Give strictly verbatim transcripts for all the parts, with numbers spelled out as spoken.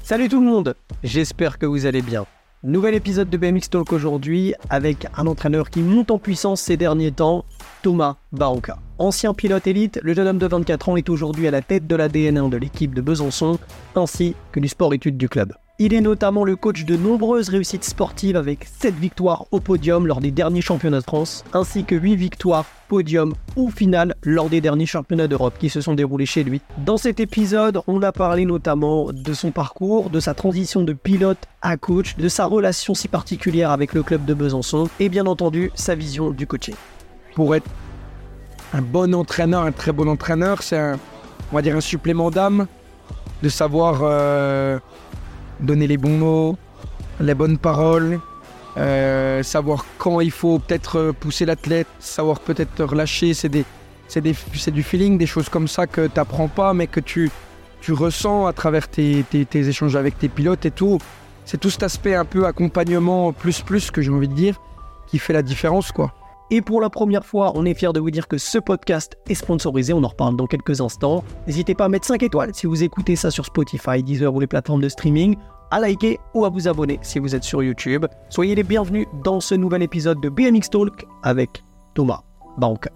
Salut tout le monde, j'espère que vous allez bien. Nouvel épisode de B M X Talk aujourd'hui avec un entraîneur qui monte en puissance ces derniers temps, Thomas Baranka. Ancien pilote élite, le jeune homme de vingt-quatre ans est aujourd'hui à la tête de l'A D N un de l'équipe de Besançon ainsi que du sport-études du club. Il est notamment le coach de nombreuses réussites sportives avec sept victoires au podium lors des derniers championnats de France, ainsi que huit victoires podium ou finale lors des derniers championnats d'Europe qui se sont déroulés chez lui. Dans cet épisode, on a parlé notamment de son parcours, de sa transition de pilote à coach, de sa relation si particulière avec le club de Besançon et bien entendu sa vision du coaching. Pour être un bon entraîneur, un très bon entraîneur, c'est un, on va dire un supplément d'âme, de savoir euh, donner les bons mots, les bonnes paroles, euh, savoir quand il faut peut-être pousser l'athlète, savoir peut-être relâcher, c'est, des, c'est, des, c'est du feeling, des choses comme ça que tu n'apprends pas mais que tu, tu ressens à travers tes, tes, tes échanges avec tes pilotes et tout. C'est tout cet aspect un peu accompagnement plus plus que j'ai envie de dire qui fait la différence quoi. Et pour la première fois, on est fiers de vous dire que ce podcast est sponsorisé, on en reparle dans quelques instants. N'hésitez pas à mettre cinq étoiles si vous écoutez ça sur Spotify, Deezer ou les plateformes de streaming, à liker ou à vous abonner si vous êtes sur YouTube. Soyez les bienvenus dans ce nouvel épisode de B M X Talk avec Thomas Baranka.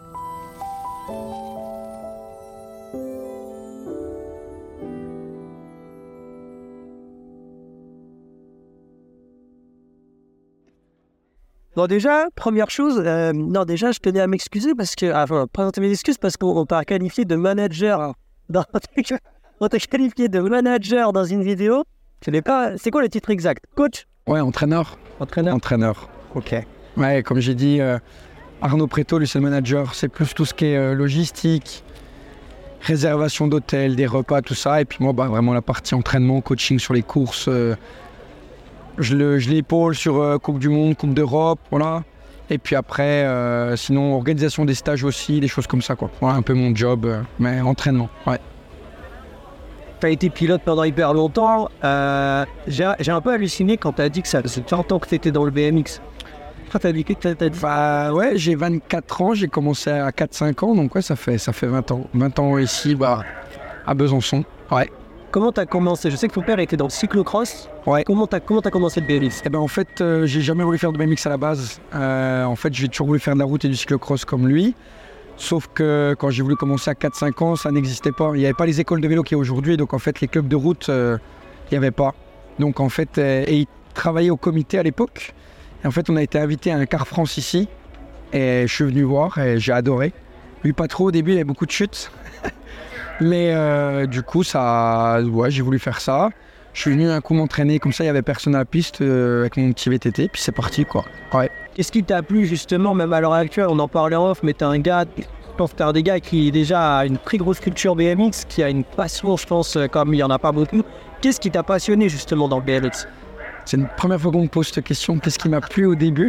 Bon déjà, première chose, euh, non déjà je tenais à m'excuser parce que, enfin, présenter mes excuses parce qu'on t'a qualifié de manager, dans, on t'a qualifié de manager dans une vidéo. Ce n'est pas, c'est quoi le titre exact? Coach? Ouais, entraîneur. Entraîneur. Entraîneur. Ok. Ouais, comme j'ai dit, euh, Arnaud Préto, lui c'est le manager, c'est plus tout ce qui est euh, logistique, réservation d'hôtel, des repas, tout ça. Et puis moi, bah, vraiment la partie entraînement, coaching sur les courses. Euh, Je, le, je l'épaule sur euh, Coupe du Monde, Coupe d'Europe, voilà. Et puis après, euh, sinon, organisation des stages aussi, des choses comme ça, quoi. Voilà, un peu mon job, euh, mais entraînement, ouais. Tu as été pilote pendant hyper longtemps. Euh, j'ai, j'ai un peu halluciné quand tu as dit que ça faisait quarante ans que tu étais dans le B M X. T'as dit, t'as, t'as dit... Bah, ouais, j'ai vingt-quatre ans, j'ai commencé à quatre cinq ans, donc ouais, ça fait, ça fait vingt ans. vingt ans ici, bah, à Besançon, ouais. Comment tu as commencé? Je sais que ton père était dans le cyclocross. Ouais. Comment tu as comment t'as commencé le B M X? Eh ben, en fait, euh, j'ai jamais voulu faire de B M X à la base. Euh, en fait, j'ai toujours voulu faire de la route et du cyclocross comme lui. Sauf que quand j'ai voulu commencer à quatre cinq ans, ça n'existait pas. Il n'y avait pas les écoles de vélo qu'il y a aujourd'hui. Donc, en fait, les clubs de route, euh, il n'y avait pas. Donc, en fait, euh, et il travaillait au comité à l'époque. Et en fait, on a été invité à un Car France ici. Et je suis venu voir et j'ai adoré. Lui, pas trop au début, il y avait beaucoup de chutes. Mais euh, du coup, ça, ouais, j'ai voulu faire ça. Je suis venu un coup m'entraîner, comme ça, il n'y avait personne à la piste euh, avec mon petit V T T, puis c'est parti, quoi. Ouais. Qu'est-ce qui t'a plu, justement, même à l'heure actuelle? On en parlait en off, mais t'es un gars, je pense que t'es un des gars qui déjà a une très grosse culture B M X, qui a une passion, je pense, comme il n'y en a pas beaucoup. Qu'est-ce qui t'a passionné, justement, dans le B M X? C'est une première fois qu'on me pose cette question. Qu'est-ce qui m'a plu au début?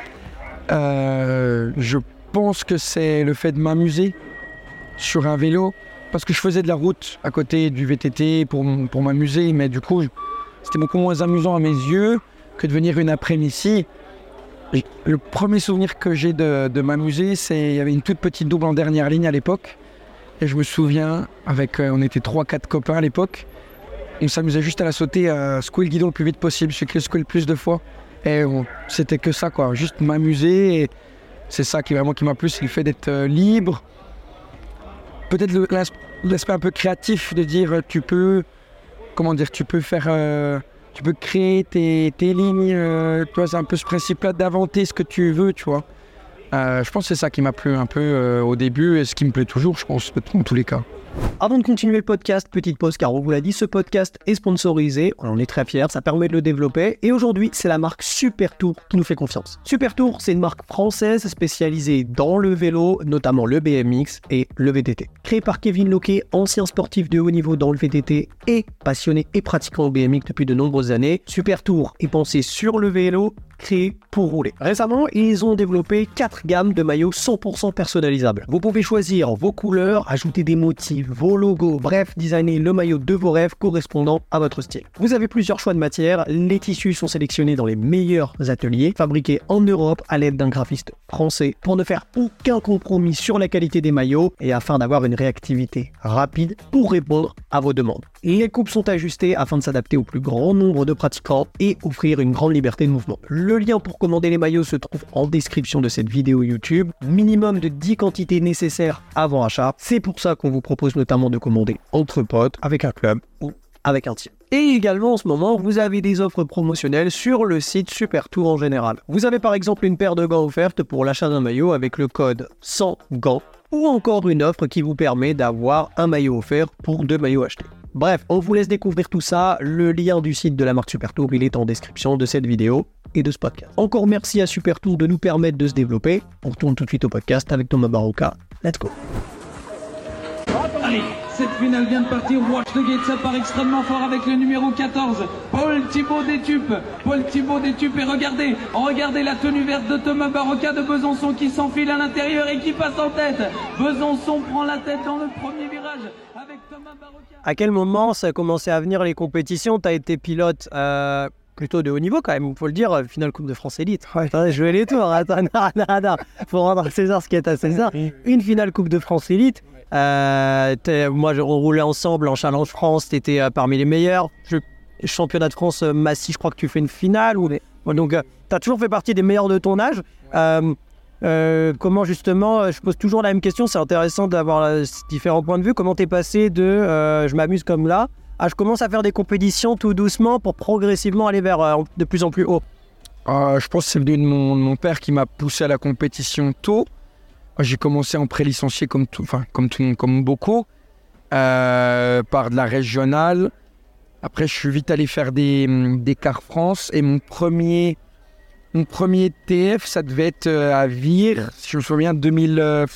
euh, Je pense que c'est le fait de m'amuser sur un vélo. Parce que je faisais de la route à côté du V T T pour, pour m'amuser, mais du coup, c'était beaucoup moins amusant à mes yeux que de venir une après-midi. Le premier souvenir que j'ai de, de m'amuser, c'est qu'il y avait une toute petite double en dernière ligne à l'époque. Et je me souviens, avec, euh, on était trois quatre copains à l'époque, on s'amusait juste à la sauter, à secouer le guidon le plus vite possible, celui qui le secouait le plus de fois. Et on, c'était que ça, quoi, juste m'amuser. Et c'est ça qui, vraiment, qui m'a plu, c'est le fait d'être euh, libre. Peut-être le, l'aspect un peu créatif de dire tu peux comment dire tu peux faire euh, tu peux créer tes, tes lignes euh, tu vois, c'est un peu ce principe là d'inventer ce que tu veux, tu vois. Euh, je pense que c'est ça qui m'a plu un peu euh, au début et ce qui me plaît toujours, je pense, dans tous les cas. Avant de continuer le podcast, petite pause car on vous l'a dit, ce podcast est sponsorisé, on en est très fiers, ça permet de le développer et aujourd'hui c'est la marque Supertour qui nous fait confiance. Supertour, c'est une marque française spécialisée dans le vélo, notamment le B M X et le V T T. Créé par Kevin Loquet, ancien sportif de haut niveau dans le V T T et passionné et pratiquant au B M X depuis de nombreuses années, Supertour est pensé sur le vélo créés pour rouler. Récemment, ils ont développé quatre gammes de maillots cent pour cent personnalisables. Vous pouvez choisir vos couleurs, ajouter des motifs, vos logos, bref, designer le maillot de vos rêves correspondant à votre style. Vous avez plusieurs choix de matières, les tissus sont sélectionnés dans les meilleurs ateliers, fabriqués en Europe à l'aide d'un graphiste français pour ne faire aucun compromis sur la qualité des maillots et afin d'avoir une réactivité rapide pour répondre à vos demandes. Les coupes sont ajustées afin de s'adapter au plus grand nombre de pratiquants et offrir une grande liberté de mouvement. Le lien pour commander les maillots se trouve en description de cette vidéo YouTube. Minimum de dix quantités nécessaires avant achat. C'est pour ça qu'on vous propose notamment de commander entre potes, avec un club ou avec un team. Et également en ce moment, vous avez des offres promotionnelles sur le site Supertour en général. Vous avez par exemple une paire de gants offertes pour l'achat d'un maillot avec le code cent gants ou encore une offre qui vous permet d'avoir un maillot offert pour deux maillots achetés. Bref, on vous laisse découvrir tout ça. Le lien du site de la marque Supertour, il est en description de cette vidéo et de ce podcast. Encore merci à Supertour de nous permettre de se développer. On retourne tout de suite au podcast avec Thomas Barocca. Let's go. Allez, cette finale vient de partir. Watch the Gate, ça part extrêmement fort avec le numéro quatorze, Paul Thibaut Détupe. Paul Thibaut Détupe, et regardez, regardez la tenue verte de Thomas Barocca de Besançon qui s'enfile à l'intérieur et qui passe en tête. Besançon prend la tête dans le premier virage avec Thomas Barocca. À quel moment ça a commencé à venir les compétitions? Tu as été pilote euh, plutôt de haut niveau quand même, il faut le dire, finale Coupe de France Élite. Ouais. Attendez, je vais les tours, attends, non, non, non, faut rendre à César ce qui est à César. Une finale Coupe de France Élite. Euh, moi, on roulait ensemble en Challenge France, tu étais euh, parmi les meilleurs. Je, championnat de France, euh, Massy, je crois que tu fais une finale. Ou... Donc, euh, tu as toujours fait partie des meilleurs de ton âge. Euh, euh, comment justement, je pose toujours la même question, c'est intéressant d'avoir euh, différents points de vue. Comment tu es passé de euh, je m'amuse comme là à je commence à faire des compétitions tout doucement pour progressivement aller vers euh, de plus en plus haut? euh, Je pense que c'est venu de mon, de mon père qui m'a poussé à la compétition tôt. J'ai commencé en pré-licencié comme, tout, enfin, comme, tout, comme beaucoup, euh, par de la régionale. Après, je suis vite allé faire des, des Cars France. Et mon premier, mon premier T F, ça devait être à Vire, si je me souviens, deux mille, euh,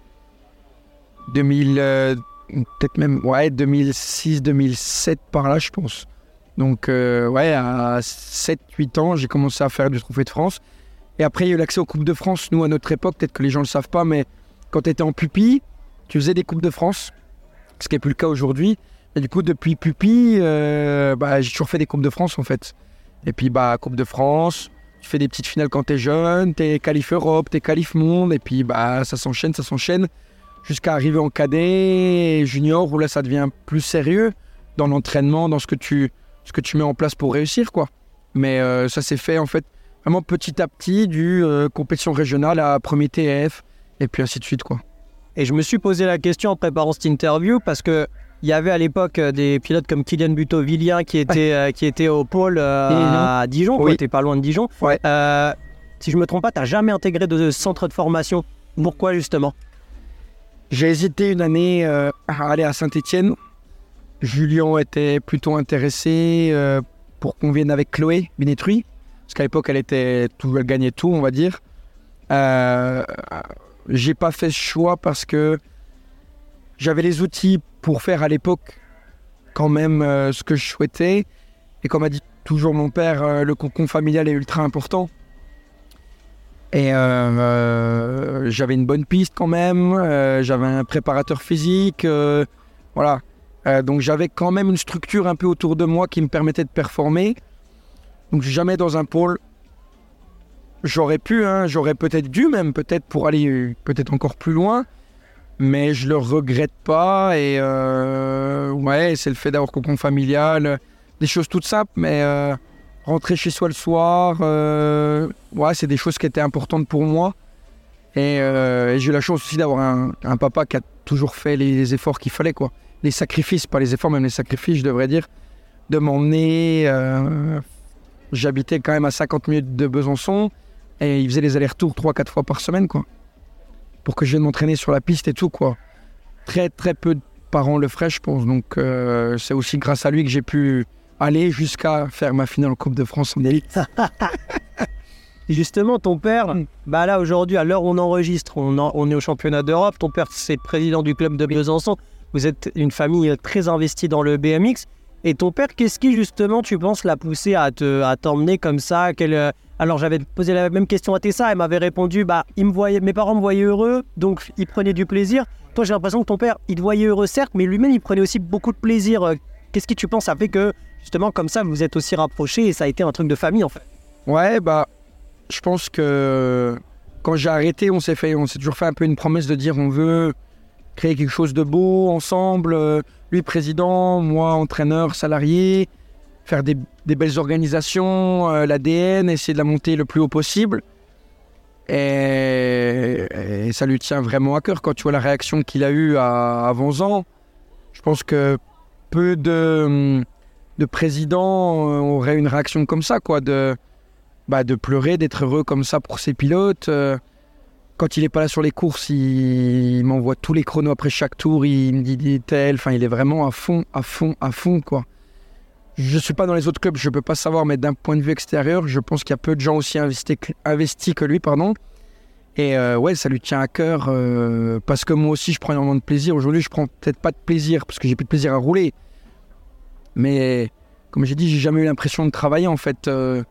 deux mille euh, peut-être même, ouais, deux mille six, deux mille sept, par là, je pense. Donc, euh, ouais, à sept huit ans, j'ai commencé à faire du Trophée de France. Et après, il y a eu l'accès aux Coupes de France. Nous, à notre époque, peut-être que les gens ne le savent pas, mais quand tu étais en pupille, tu faisais des Coupes de France, ce qui n'est plus le cas aujourd'hui. Et du coup, depuis pupille, euh, bah, j'ai toujours fait des Coupes de France, en fait. Et puis, bah, Coupe de France, tu fais des petites finales quand tu es jeune, tu es qualif Europe, tu es qualif monde, et puis bah, ça s'enchaîne, ça s'enchaîne, jusqu'à arriver en cadet et junior, où là, ça devient plus sérieux dans l'entraînement, dans ce que tu, ce que tu mets en place pour réussir, quoi. Mais euh, ça s'est fait, en fait, vraiment petit à petit, du euh, compétition régionale à premier T F, et puis ainsi de suite, quoi. Et je me suis posé la question en préparant cette interview, parce que il y avait à l'époque euh, des pilotes comme Kylian Buteau-Villien qui était, euh, qui était au pôle euh, à Dijon, oui. T'es pas loin de Dijon. Ouais. Euh, si je me trompe pas, t'as jamais intégré de centre de formation. Pourquoi justement? J'ai hésité une année euh, à aller à Saint-Étienne. Julien était plutôt intéressé euh, pour qu'on vienne avec Chloé Binetruy. Parce qu'à l'époque, elle, était tout, elle gagnait tout, on va dire. Euh, j'ai pas fait ce choix parce que j'avais les outils pour faire à l'époque quand même euh, ce que je souhaitais. Et comme a dit toujours mon père, euh, le cocon familial est ultra important. Et euh, euh, j'avais une bonne piste quand même, euh, j'avais un préparateur physique, euh, voilà. Euh, donc j'avais quand même une structure un peu autour de moi qui me permettait de performer. Donc jamais dans un pôle, j'aurais pu, hein, j'aurais peut-être dû même, peut-être pour aller euh, peut-être encore plus loin, mais je le regrette pas. Et euh, ouais, c'est le fait d'avoir cocon familial, des choses toutes simples, mais euh, rentrer chez soi le soir, euh, ouais, c'est des choses qui étaient importantes pour moi. Et, euh, et j'ai eu la chance aussi d'avoir un, un papa qui a toujours fait les, les efforts qu'il fallait, quoi. Les sacrifices, pas les efforts, même les sacrifices, je devrais dire, de m'emmener. Euh, j'habitais quand même à cinquante minutes de Besançon et il faisait les allers-retours trois quatre fois par semaine, quoi, pour que je vienne m'entraîner sur la piste et tout, quoi. Très, très peu de parents le feraient, je pense. Donc, euh, c'est aussi grâce à lui que j'ai pu aller jusqu'à faire ma finale en Coupe de France en élite. Justement, ton père, bah là aujourd'hui, à l'heure où on enregistre, on, en, on est au championnat d'Europe. Ton père, c'est le président du club de Besançon. Vous êtes une famille très investie dans le B M X. Et ton père, qu'est-ce qui justement, tu penses, l'a poussé à, te, à t'emmener comme ça? Quel, euh, Alors j'avais posé la même question à Tessa, elle m'avait répondu, bah, il me voyait, mes parents me voyaient heureux, donc ils prenaient du plaisir. Toi, j'ai l'impression que ton père, il te voyait heureux certes, mais lui-même, il prenait aussi beaucoup de plaisir. Euh, Qu'est-ce qui, tu penses, a fait que, justement, comme ça, vous vous êtes aussi rapprochés et ça a été un truc de famille, en fait? Ouais, bah, je pense que quand j'ai arrêté, on s'est fait, on s'est toujours fait un peu une promesse de dire on veut créer quelque chose de beau ensemble. Euh, lui, président, moi, entraîneur, salarié, faire des, des belles organisations, euh, l'A D N, essayer de la monter le plus haut possible. Et, et ça lui tient vraiment à cœur. Quand tu vois la réaction qu'il a eue à, à vingt ans, je pense que peu de, de présidents auraient une réaction comme ça, quoi, de, bah, de pleurer, d'être heureux comme ça pour ses pilotes. Euh, quand il n'est pas là sur les courses, il, il m'envoie tous les chronos après chaque tour, il me dit dit tel, enfin, il est vraiment à fond, à fond, à fond, quoi. Je ne suis pas dans les autres clubs, je ne peux pas savoir, mais d'un point de vue extérieur, je pense qu'il y a peu de gens aussi investis, investis que lui, pardon. Et euh, ouais, ça lui tient à cœur, euh, parce que moi aussi, je prends énormément de plaisir. Aujourd'hui, je prends peut-être pas de plaisir, parce que j'ai plus de plaisir à rouler. Mais comme j'ai dit, j'ai jamais eu l'impression de travailler, en fait. Euh,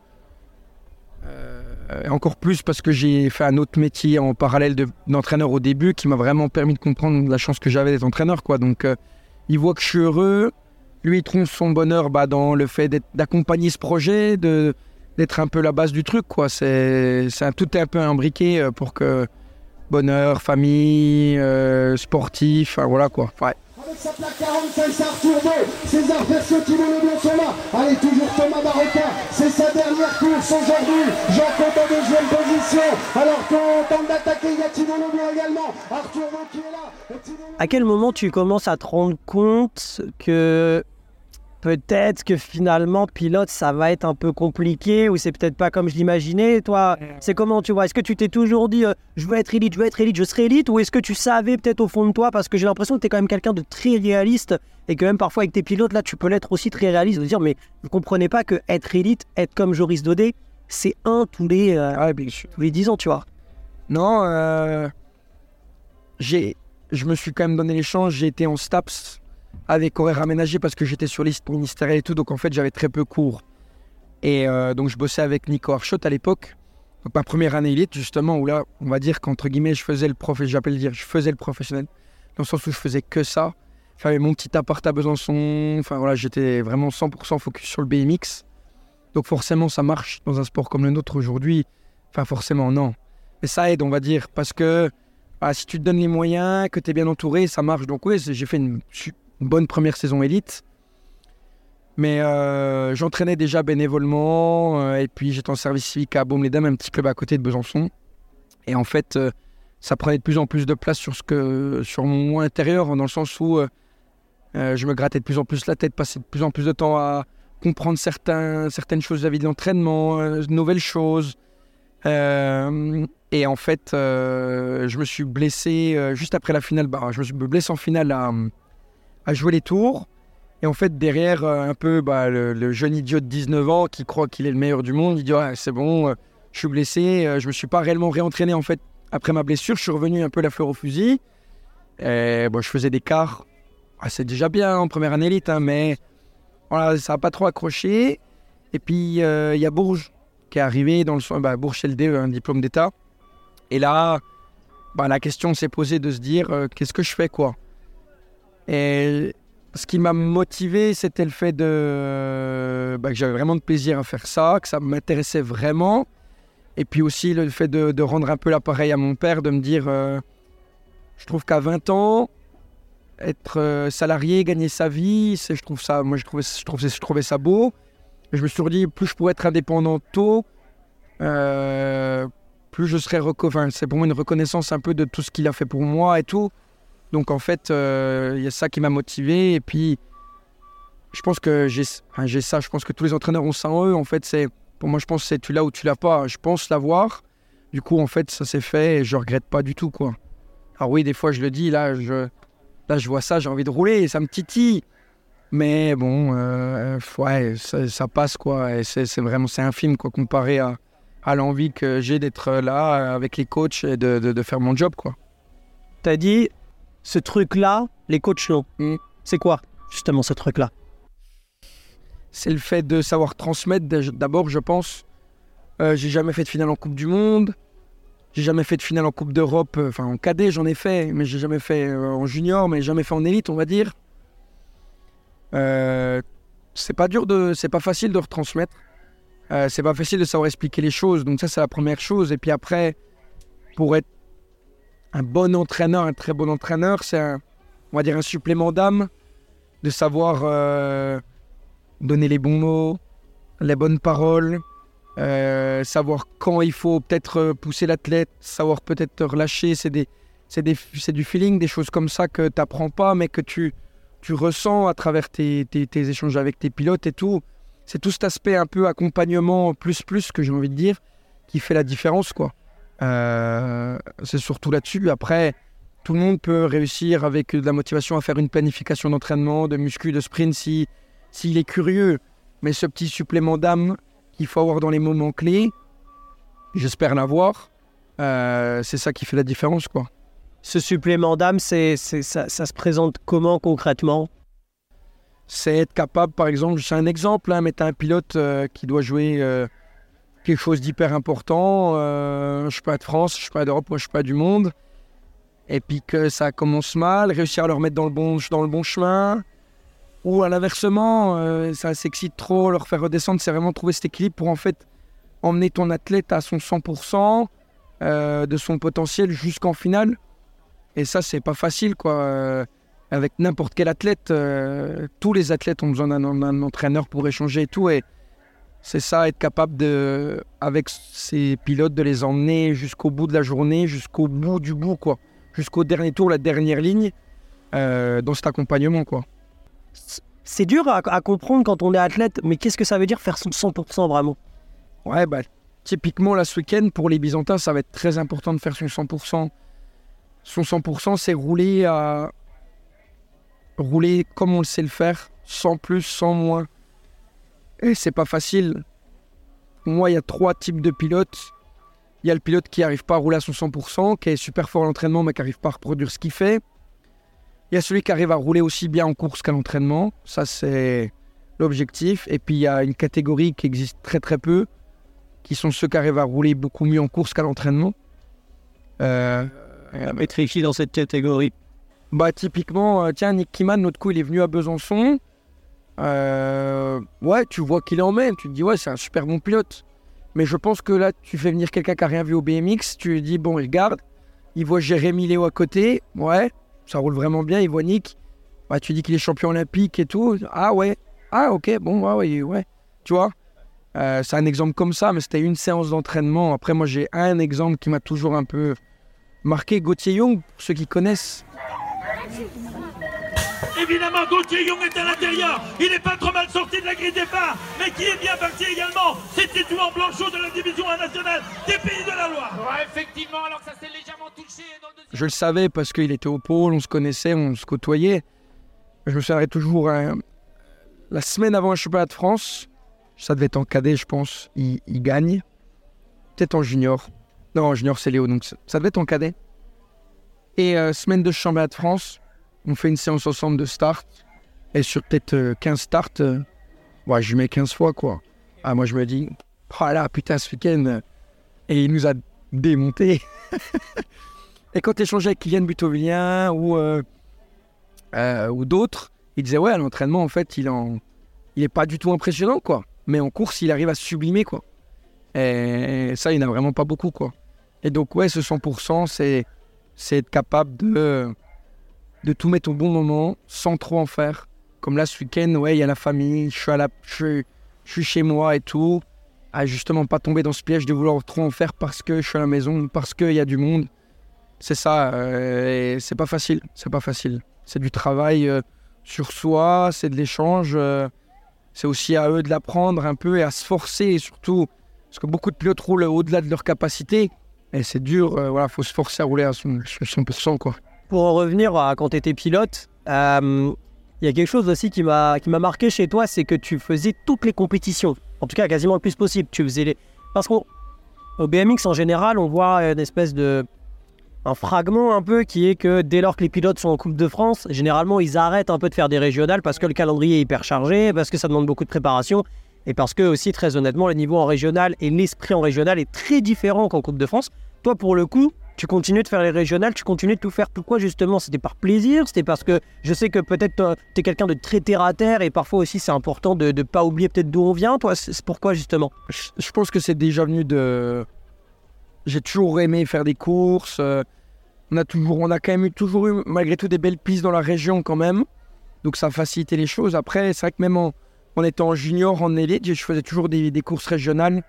euh, encore plus parce que j'ai fait un autre métier en parallèle de, d'entraîneur au début, qui m'a vraiment permis de comprendre la chance que j'avais d'être entraîneur, quoi. Donc, euh, il voit que je suis heureux. Lui, il trouve son bonheur bah, dans le fait d'accompagner ce projet, de, d'être un peu la base du truc, quoi. C'est, c'est un, tout est un peu imbriqué pour que bonheur, famille, euh, sportif, enfin, voilà, quoi. Ouais. Avec sa plaque quarante-cinq, c'est Arthur Beau, César Perciot, Thibaut Leblanc sont là. Allez, toujours Thomas Barreca, c'est sa dernière course aujourd'hui. Jean-Claude en deuxième position. Alors qu'on tente d'attaquer, il y a Thibaut Leblanc également. Arthur Beau qui est là. À quel moment tu commences à te rendre compte que peut-être que finalement, pilote, ça va être un peu compliqué ou c'est peut-être pas comme je l'imaginais? Toi, c'est comment, tu vois? Est-ce que tu t'es toujours dit euh, je veux être élite, je veux être élite, je serai élite? Ou est-ce que tu savais peut-être au fond de toi? Parce que j'ai l'impression que tu es quand même quelqu'un de très réaliste et que même parfois avec tes pilotes, là, tu peux l'être aussi très réaliste, de dire mais vous comprenez pas que être élite, être comme Joris Daudet, c'est un tous les, euh, Ouais, bien sûr. tous les dix ans, tu vois? Non, euh, j'ai, je me suis quand même donné les chances. J'ai été en STAPS avec horaire aménagé parce que j'étais sur liste ministérielle et tout. Donc en fait, j'avais très peu cours. Et euh, donc je bossais avec Nico Archot à l'époque. Donc ma première année élite, justement, où là, on va dire qu'entre guillemets, je faisais le prof, j'appelle dire, je faisais le professionnel. Dans le sens où je faisais que ça. J'avais mon petit appart à Besançon. Enfin voilà, j'étais vraiment cent pour cent focus sur le B M X. Donc forcément, ça marche dans un sport comme le nôtre aujourd'hui. Enfin forcément, non. Mais ça aide, on va dire, parce que bah, si tu te donnes les moyens, que tu es bien entouré, ça marche. Donc oui, j'ai fait une, une bonne première saison élite. Mais euh, j'entraînais déjà bénévolement. Euh, et puis j'étais en service civique à Baume-les-Dames, un petit club à côté de Besançon. Et en fait, euh, ça prenait de plus en plus de place sur, ce que, sur mon moi intérieur, dans le sens où euh, euh, je me grattais de plus en plus la tête, passais de plus en plus de temps à comprendre certains, certaines choses vis-à-vis de l'entraînement, euh, de nouvelles choses. Euh, et en fait, euh, je me suis blessé euh, juste après la finale. Bah, je me suis blessé en finale à, à jouer les tours. Et en fait, derrière, euh, un peu bah, le, le jeune idiot de dix-neuf ans qui croit qu'il est le meilleur du monde, il dit ah, c'est bon, euh, je suis blessé. Euh, je me suis pas réellement réentraîné en fait après ma blessure. Je suis revenu un peu la fleur au fusil. Et, bon, je faisais des quarts. Ah, c'est déjà bien en première année élite, hein, mais voilà, ça n'a pas trop accroché. Et puis, il euh, y a Bourges qui est arrivé dans le bah, Bourges L D E, un diplôme d'État. Et là, bah, la question s'est posée de se dire euh, qu'est-ce que je fais, quoi. Et ce qui m'a motivé, c'était le fait de, euh, bah, que j'avais vraiment de plaisir à faire ça, que ça m'intéressait vraiment. Et puis aussi le fait de, de rendre un peu l'appareil à mon père, de me dire euh, je trouve qu'à vingt ans, être euh, salarié, gagner sa vie, c'est, je trouve ça, moi je trouvais, je trouvais, je trouvais ça beau. Et je me suis dit, plus je pourrais être indépendant tôt, euh, plus je serais reco- enfin, c'est pour moi une reconnaissance un peu de tout ce qu'il a fait pour moi et tout. Donc en fait, il euh, y a ça qui m'a motivé. Et puis, je pense que j'ai, enfin, j'ai ça, je pense que tous les entraîneurs ont ça en eux. En fait, c'est, pour moi, je pense que c'est tu l'as ou tu l'as pas. Je pense l'avoir. Du coup, en fait, ça s'est fait et je regrette pas du tout, quoi. Alors oui, des fois, je le dis, là, je, là, je vois ça, j'ai envie de rouler et ça me titille. Mais bon, euh, ouais, ça, ça passe, quoi. Et c'est, c'est vraiment, c'est infime, quoi, comparé à, à l'envie que j'ai d'être là avec les coachs et de, de, de faire mon job, quoi. T'as dit, ce truc-là, les coachs non. Mm. C'est quoi, justement, ce truc-là? c'est le fait de savoir transmettre. D'abord, je pense, euh, j'ai jamais fait de finale en Coupe du Monde. J'ai jamais fait de finale en Coupe d'Europe. Enfin, en cadet, j'en ai fait, mais j'ai jamais fait euh, en junior, mais jamais fait en élite, on va dire. Euh, c'est pas dur de, c'est pas facile de retransmettre. Euh, c'est pas facile de savoir expliquer les choses. Donc ça, c'est la première chose. Et puis après, pour être un bon entraîneur, un très bon entraîneur, c'est un, on va dire un supplément d'âme, de savoir euh, donner les bons mots, les bonnes paroles, euh, savoir quand il faut peut-être pousser l'athlète, savoir peut-être te relâcher. C'est, des, c'est, des, c'est du feeling, des choses comme ça que tu n'apprends pas, mais que tu, tu ressens à travers tes, tes, tes échanges avec tes pilotes et tout. C'est tout cet aspect un peu accompagnement plus plus que j'ai envie de dire qui fait la différence, quoi. Euh, c'est surtout là-dessus. Après, tout le monde peut réussir avec de la motivation à faire une planification d'entraînement, de muscu, de sprint si, s'il est curieux. Mais ce petit supplément d'âme qu'il faut avoir dans les moments clés, j'espère l'avoir. Euh, c'est ça qui fait la différence, quoi. Ce supplément d'âme, c'est, c'est, ça, ça se présente comment concrètement ? C'est être capable, par exemple, c'est un exemple, hein, mais tu as un pilote euh, qui doit jouer euh, quelque chose d'hyper important, euh, je suis pas de France, je suis pas d'Europe, moi je suis pas du monde, et puis que ça commence mal, réussir à le remettre dans le bon, dans le bon chemin, ou à l'inversement, euh, ça s'excite trop, leur faire redescendre, c'est vraiment trouver cet équilibre pour en fait emmener ton athlète à son cent pour cent euh, de son potentiel jusqu'en finale, et ça c'est pas facile, quoi. Euh, avec n'importe quel athlète, euh, tous les athlètes ont besoin d'un, d'un entraîneur pour échanger et tout, et c'est ça, être capable de, avec ces pilotes, de les emmener jusqu'au bout de la journée, jusqu'au bout du bout, quoi, jusqu'au dernier tour, la dernière ligne, euh, dans cet accompagnement, quoi. C'est dur à, à comprendre quand on est athlète, mais qu'est-ce que ça veut dire faire son cent pour cent vraiment ? Ouais, bah typiquement là ce week-end pour les Byzantins, ça va être très important de faire son cent pour cent. Son cent pour cent, c'est rouler à rouler comme on le sait le faire, sans plus, sans moins. Et c'est pas facile. Pour moi, il y a trois types de pilotes. Il y a le pilote qui n'arrive pas à rouler à son cent pour cent, qui est super fort à l'entraînement, mais qui n'arrive pas à reproduire ce qu'il fait. Il y a celui qui arrive à rouler aussi bien en course qu'à l'entraînement. Ça, c'est l'objectif. Et puis, il y a une catégorie qui existe très très peu, qui sont ceux qui arrivent à rouler beaucoup mieux en course qu'à l'entraînement. Euh, Être écrit dans cette catégorie. Bah typiquement, euh, tiens, Nick Kiman, l'autre coup, il est venu à Besançon. Euh, ouais, tu vois qu'il en met. Tu te dis, ouais, c'est un super bon pilote. Mais je pense que là, tu fais venir quelqu'un qui n'a rien vu au B M X. Tu lui dis, bon, il regarde. Il voit Jérémy Léo à côté. Ouais, ça roule vraiment bien. Il voit Nick. Bah, tu dis qu'il est champion olympique et tout. Ah ouais. Ah ok, bon, ouais, ouais. ouais. Tu vois, euh, c'est un exemple comme ça, mais c'était une séance d'entraînement. Après, moi, j'ai un exemple qui m'a toujours un peu marqué. Gauthier Young, pour ceux qui connaissent. Évidemment, Gauthier Young est à l'intérieur. Il n'est pas trop mal sorti de la grille départ, mais qui est bien parti également. C'est Titouan Blanchot de la division un nationale des Pays de la Loire. Ouais, effectivement, alors ça s'est légèrement touché dans le deuxième... Je le savais parce qu'il était au pôle, on se connaissait, on se côtoyait. Je me souviendrai toujours, hein, la semaine avant un championnat de France, ça devait être en cadet, je pense, il, il gagne. Peut-être en junior. Non, en junior, c'est Léo, donc ça, ça devait être en cadet. Et euh, semaine de championnat de France, on fait une séance ensemble de start. Et sur peut-être euh, quinze starts, euh, ouais, je lui mets quinze fois, quoi. Ah, moi, je me dis, oh là, putain, ce week-end. Euh, et il nous a démonté. Et quand tu échangeais avec Kylian Butovilien ou, euh, euh, ou d'autres, il disait, ouais, à l'entraînement, en fait, il en, il est pas du tout impressionnant, quoi. Mais en course, il arrive à sublimer, quoi. Et ça, il n'y en a vraiment pas beaucoup, quoi. Et donc, ouais, ce cent pour cent, c'est... c'est être capable de, de tout mettre au bon moment, sans trop en faire. Comme là, ce week-end, ouais, il y a la famille, je suis, à la, je, suis, je suis chez moi et tout. À justement pas tomber dans ce piège de vouloir trop en faire parce que je suis à la maison, parce qu'il y a du monde. C'est ça, euh, et c'est pas facile, c'est pas facile. C'est du travail euh, sur soi, c'est de l'échange. Euh, c'est aussi à eux de l'apprendre un peu et à se forcer, et surtout, parce que beaucoup de pilotes roulent au-delà de leur capacité. Et c'est dur, euh, voilà, faut se forcer à rouler à son cent pour cent, quoi. Pour en revenir à quand tu étais pilote, il euh, y a quelque chose aussi qui m'a, qui m'a marqué chez toi, c'est que tu faisais toutes les compétitions. En tout cas, quasiment le plus possible. Tu faisais les... Parce qu'au B M X, en général, on voit une espèce de, un fragment un peu qui est que dès lors que les pilotes sont en Coupe de France, généralement ils arrêtent un peu de faire des régionales parce que le calendrier est hyper chargé, parce que ça demande beaucoup de préparation et parce que aussi très honnêtement le niveau en régional et l'esprit en régional est très différent qu'en Coupe de France. Toi pour le coup, tu continues de faire les régionales, tu continues de tout faire. Pourquoi justement? C'était par plaisir? C'était parce que je sais que peut-être tu es quelqu'un de très terre à terre et parfois aussi c'est important de ne pas oublier peut-être d'où on vient. Toi, c'est, c'est pourquoi justement? Je, je pense que c'est déjà venu de... J'ai toujours aimé faire des courses. Euh, on, a toujours, on a quand même eu, toujours eu malgré tout des belles pistes dans la région quand même. Donc ça a facilité les choses. Après, c'est vrai que même en, en étant junior, en élite, je faisais toujours des, des courses régionales.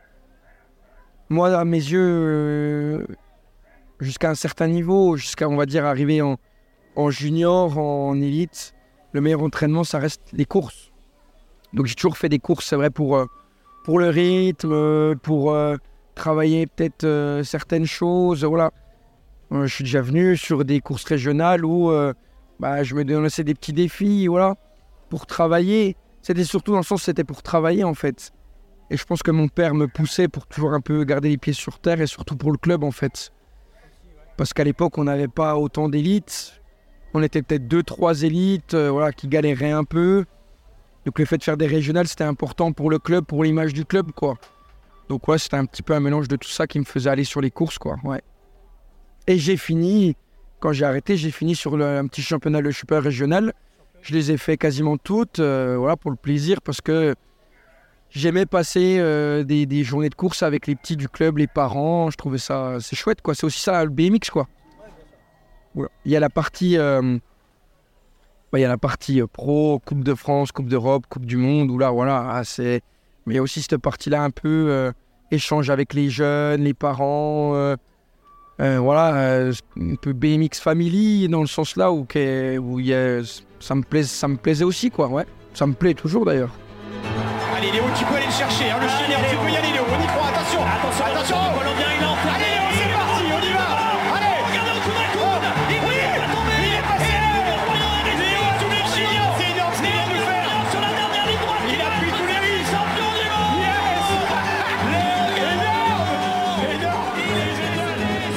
Moi, à mes yeux... Euh, jusqu'à un certain niveau, jusqu'à, on va dire, arriver en, en junior, en élite, le meilleur entraînement, ça reste les courses. Donc j'ai toujours fait des courses, c'est vrai, pour, euh, pour le rythme, pour euh, travailler peut-être euh, certaines choses, voilà. Euh, je suis déjà venu sur des courses régionales où euh, bah, je me donnais des petits défis, voilà, pour travailler. C'était surtout dans le sens, c'était pour travailler, en fait. Et je pense que mon père me poussait pour toujours un peu garder les pieds sur terre et surtout pour le club, en fait. Parce qu'à l'époque, on n'avait pas autant d'élites. On était peut-être deux, trois élites euh, voilà, qui galéraient un peu. Donc le fait de faire des régionales, c'était important pour le club, pour l'image du club, quoi. Donc ouais, c'était un petit peu un mélange de tout ça qui me faisait aller sur les courses, quoi. Ouais. Et j'ai fini, quand j'ai arrêté, j'ai fini sur le, un petit championnat, le super régional. Je les ai fait quasiment toutes, euh, voilà, pour le plaisir, parce que j'aimais passer euh, des, des journées de course avec les petits du club, les parents. Je trouvais ça, c'est chouette, quoi. C'est aussi ça, le B M X, quoi. Voilà. Il y a la partie, euh, bah, il y a la partie euh, pro, Coupe de France, Coupe d'Europe, Coupe du Monde, où là, voilà, ah, c'est... Mais il y a aussi cette partie-là un peu euh, échange avec les jeunes, les parents, euh, euh, voilà, euh, un peu B M X family, dans le sens là où, où il y a, ça me plaisait, ça me plaisait aussi, quoi, ouais. Ça me plaît toujours, d'ailleurs. Allez Léo, tu peux aller le chercher, hein, le chien, tu peux y aller Léo, on y croit, attention, attention, attention, Colombien il entre. Allez Léo, c'est parti, on y va. Allez, regardez au coup d'un coup, il va tomber, il est passé. Léo, tous les chiens, c'est énorme ce qu'il vient de faire. Sur la dernière ligne droite, il appuie tous les risques. Champion du monde. Yes. Léo, énorme, énorme, il est génial.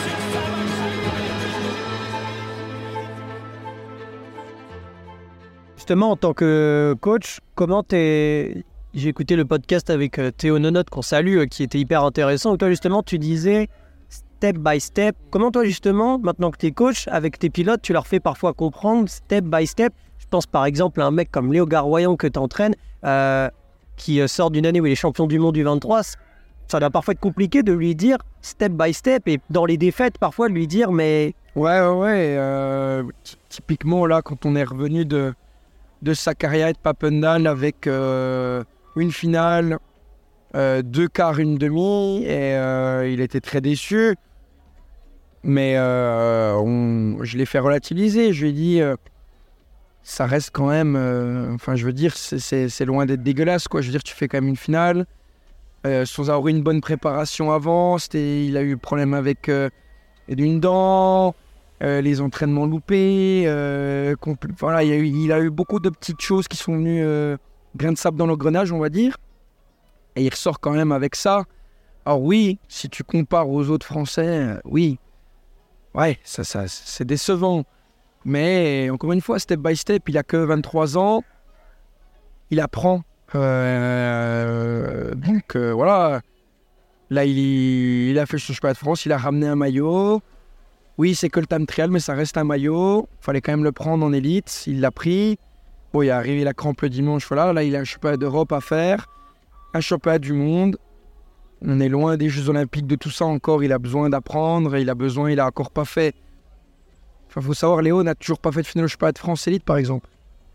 Justement, en tant que coach, comment t'es... J'ai écouté le podcast avec euh, Théo Nonotte, qu'on salue, euh, qui était hyper intéressant. Et toi, justement, tu disais step by step. Comment toi, justement, maintenant que tu es coach, avec tes pilotes, tu leur fais parfois comprendre step by step? Je pense par exemple à un mec comme Léo Garoyan que tu entraînes, euh, qui euh, sort d'une année où il est champion du monde du vingt-trois. Ça doit parfois être compliqué de lui dire step by step. Et dans les défaites, parfois, de lui dire, mais... Ouais, ouais, ouais. Euh, typiquement, là, quand on est revenu de, de sa carrière de Papendal avec... Euh, une finale, euh, deux quarts, une demi, et euh, il était très déçu. Mais euh, on, je l'ai fait relativiser. Je lui ai dit, euh, ça reste quand même... Euh, enfin, je veux dire, c'est, c'est, c'est loin d'être dégueulasse, quoi. Je veux dire, tu fais quand même une finale, euh, sans avoir eu une bonne préparation avant. C'était, il a eu le problème avec euh, une dent, euh, les entraînements loupés. Euh, compl- voilà, il, y a eu, il a eu beaucoup de petites choses qui sont venues... Euh, grain de sable dans l'engrenage, on va dire. Et il ressort quand même avec ça. Alors oui, si tu compares aux autres Français, euh, oui. Ouais, ça, ça, c'est décevant. Mais encore une fois, step by step, il a que vingt-trois ans. Il apprend. Euh, donc euh, voilà. Là, il, il a fait le championnat de France, il a ramené un maillot. Oui, c'est que le time trial, mais ça reste un maillot. Il fallait quand même le prendre en élite. Il l'a pris. Bon, il est arrivé la crampe le dimanche, voilà. Là, il a un championnat d'Europe à faire, un championnat du monde. On est loin des Jeux Olympiques, de tout ça encore. Il a besoin d'apprendre, il a besoin, il a encore pas fait. Enfin, faut savoir, Léo n'a toujours pas fait de finale au championnat de France élite, par exemple.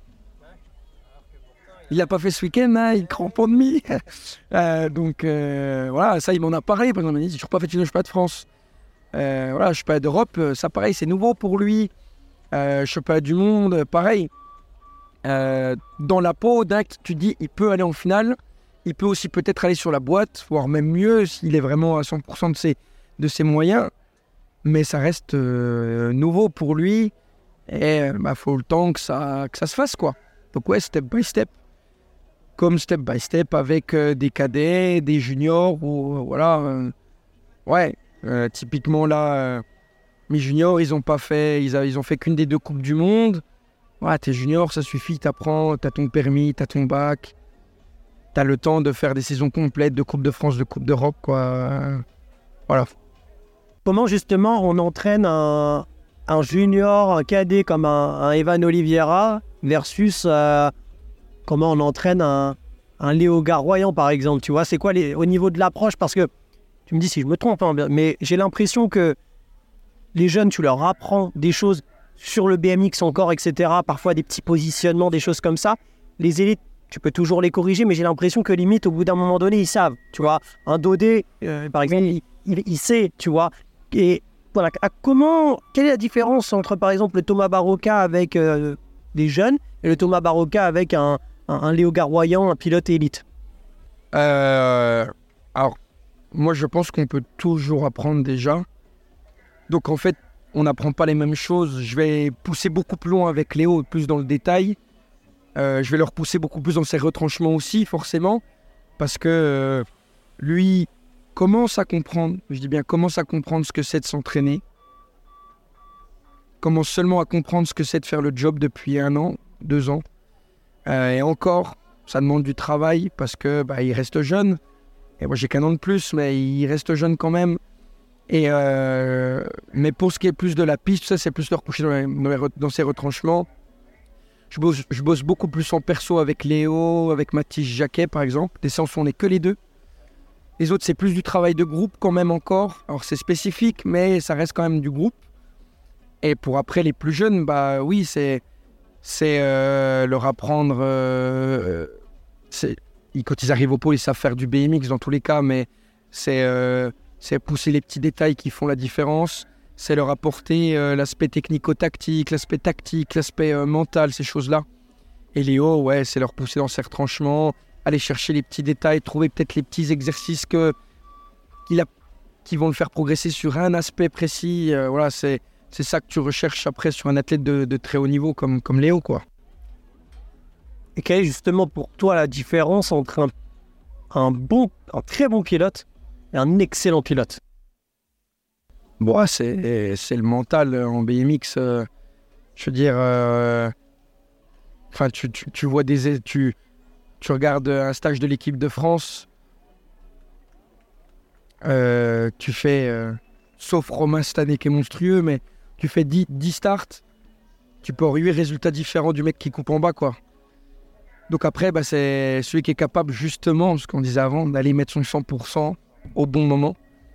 Il l'a pas fait ce week-end, hein, il crampe en demi. euh, donc, euh, voilà, ça, il m'en a parlé. Par exemple, il m'a dit, j'ai toujours pas fait de finale au championnat de France. Euh, voilà, championnat d'Europe, ça, pareil, c'est nouveau pour lui. Euh, championnat du monde, pareil. Euh, dans la peau d'un qui tu dis il peut aller en finale, il peut aussi peut-être aller sur la boîte, voire même mieux s'il est vraiment à cent pour cent de ses, de ses moyens, mais ça reste euh, nouveau pour lui et il bah, faut le temps que ça, que ça se fasse, quoi. Donc ouais, step by step, comme step by step avec euh, des cadets, des juniors ou euh, voilà, euh, ouais, euh, typiquement là euh, Mes juniors, ils ont pas fait, ils, a, ils ont fait qu'une des deux Coupes du Monde. Ouais, t'es junior, ça suffit, t'apprends, t'as ton permis, t'as ton bac. T'as le temps de faire des saisons complètes de Coupe de France, de Coupe d'Europe, quoi. Voilà. Comment justement on entraîne un, un junior, un cadet comme un, un Evan Oliveira versus euh, comment on entraîne un, un Léo Garoyan par exemple, tu vois, c'est quoi les, au niveau de l'approche, parce que tu me dis si je me trompe, hein, mais j'ai l'impression que les jeunes, tu leur apprends des choses sur le B M X encore, et cetera, parfois des petits positionnements, des choses comme ça. Les élites, tu peux toujours les corriger, mais j'ai l'impression que limite, au bout d'un moment donné, ils savent, tu vois. Un Dodé, euh, par exemple, il, il, il sait, tu vois. Et voilà, à comment, quelle est la différence entre, par exemple, le Thomas Barroca avec euh, des jeunes et le Thomas Barroca avec un, un, un Léo Garoyan, un pilote élite? euh, Alors, moi, je pense qu'on peut toujours apprendre déjà. Donc, en fait, on n'apprend pas les mêmes choses. Je vais pousser beaucoup plus loin avec Léo, plus dans le détail. Euh, je vais le repousser beaucoup plus dans ses retranchements aussi, forcément. Parce que euh, lui commence à comprendre, je dis bien commence à comprendre ce que c'est de s'entraîner. Commence seulement à comprendre ce que c'est de faire le job depuis un an, deux ans. Euh, et encore, ça demande du travail parce que bah, il reste jeune. Et moi, j'ai qu'un an de plus, mais il reste jeune quand même. Et euh, mais pour ce qui est plus de la piste, ça, c'est plus de recoucher dans, les, dans, les, dans ses retranchements. Je bosse, je bosse beaucoup plus en perso avec Léo, avec Mathis Jacquet, par exemple. Des séances où on n'est que les deux. Les autres, c'est plus du travail de groupe quand même encore. Alors, c'est spécifique, mais ça reste quand même du groupe. Et pour après, les plus jeunes, bah oui, c'est, c'est euh, leur apprendre... Euh, c'est, quand ils arrivent au pôle, ils savent faire du B M X dans tous les cas, mais c'est... Euh, c'est pousser les petits détails qui font la différence, c'est leur apporter euh, l'aspect technico-tactique, l'aspect tactique, l'aspect euh, mental, ces choses-là. Et Léo, ouais, c'est leur pousser dans ses retranchements, aller chercher les petits détails, trouver peut-être les petits exercices que, qu'il a, qui vont le faire progresser sur un aspect précis. Euh, voilà, c'est, c'est ça que tu recherches après sur un athlète de, de très haut niveau comme, comme Léo, quoi. Et quelle est justement pour toi la différence entre un, un, bon, un très bon pilote et un excellent pilote? Bon, c'est, c'est le mental en B M X. Euh, je veux dire, euh, enfin, tu, tu, tu vois des, tu, tu regardes un stage de l'équipe de France. Euh, tu fais, euh, sauf Romain cette année qui est monstrueux, mais tu fais dix, dix starts, tu peux avoir huit résultats différents du mec qui coupe en bas, quoi. Donc après, bah, c'est celui qui est capable justement, ce qu'on disait avant, d'aller mettre son cent pour cent au bon moment.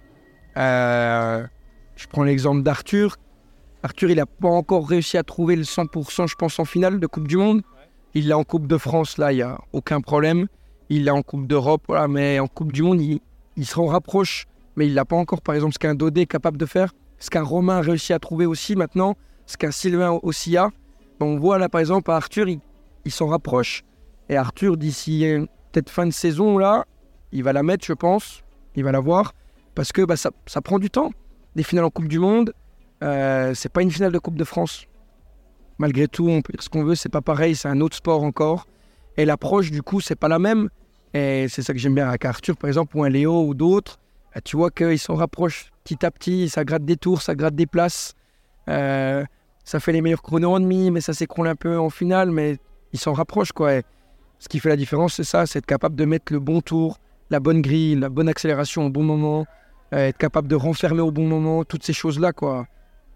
Euh, je prends l'exemple d'Arthur. Arthur, il n'a pas encore réussi à trouver le cent pour cent, je pense, en finale de Coupe du Monde. Il l'a en Coupe de France, là, il n'y a aucun problème. Il l'a en Coupe d'Europe, voilà, mais en Coupe du Monde, il, il se rapproche. Mais il ne l'a pas encore, par exemple, ce qu'un Dodé est capable de faire, ce qu'un Romain a réussi à trouver aussi maintenant, ce qu'un Sylvain aussi a. On voit là, par exemple, à Arthur, il, il s'en rapproche. Et Arthur, d'ici peut-être fin de saison, là, il va la mettre, je pense. Il va la voir, parce que bah, ça, ça prend du temps. Des finales en Coupe du Monde, euh, c'est pas une finale de Coupe de France. Malgré tout, on peut dire ce qu'on veut, c'est pas pareil, c'est un autre sport encore. Et l'approche, du coup, c'est pas la même. Et c'est ça que j'aime bien avec Arthur, par exemple, ou un Léo ou d'autres. Bah, tu vois qu'ils s'en rapprochent petit à petit, ça gratte des tours, ça gratte des places. Euh, ça fait les meilleurs chronos en demi, mais ça s'écroule un peu en finale, mais ils s'en rapprochent, quoi. Et ce qui fait la différence, c'est ça, c'est être capable de mettre le bon tour, la bonne grille, la bonne accélération au bon moment, euh, être capable de renfermer au bon moment, toutes ces choses-là, quoi.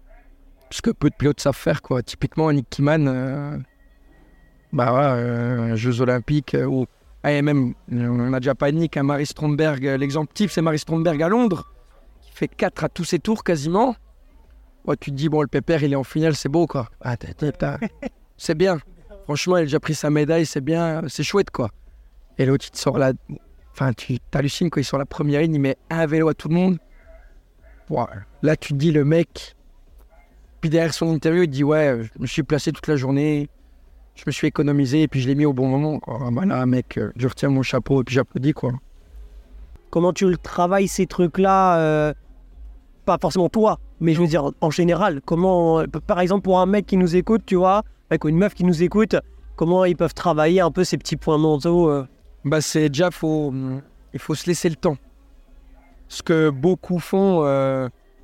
Ce que peu de pilotes savent faire, quoi. Typiquement, un Nick Kiman, euh, bah ouais, euh, Jeux Olympiques, euh, ou ah, même, on a déjà pas Nick, un Mary Stromberg, euh, l'exemple type, c'est Mary Stromberg à Londres, qui fait quatre à tous ses tours quasiment. Ouais, tu te dis, bon, le pépère, il est en finale, c'est beau, quoi. Ah, t'as, t'as, t'as. C'est bien. Franchement, il a déjà pris sa médaille, c'est bien, c'est chouette, quoi. Et l'autre, il te sort la... Enfin, tu t'hallucines quand il sort la première ligne, il met un vélo à tout le monde. Ouais. Là, tu te dis, le mec... Puis derrière son interview, il dit, ouais, je me suis placé toute la journée, je me suis économisé, et puis je l'ai mis au bon moment. Oh, bah là, mec, je retiens mon chapeau, et puis j'applaudis, quoi. Comment tu le travailles, ces trucs-là euh, pas forcément toi, mais je veux dire, en général, comment... Par exemple, pour un mec qui nous écoute, tu vois, avec une meuf qui nous écoute, comment ils peuvent travailler un peu ces petits points mentaux euh... Bah c'est déjà, faut, il faut se laisser le temps. Ce que beaucoup font, euh,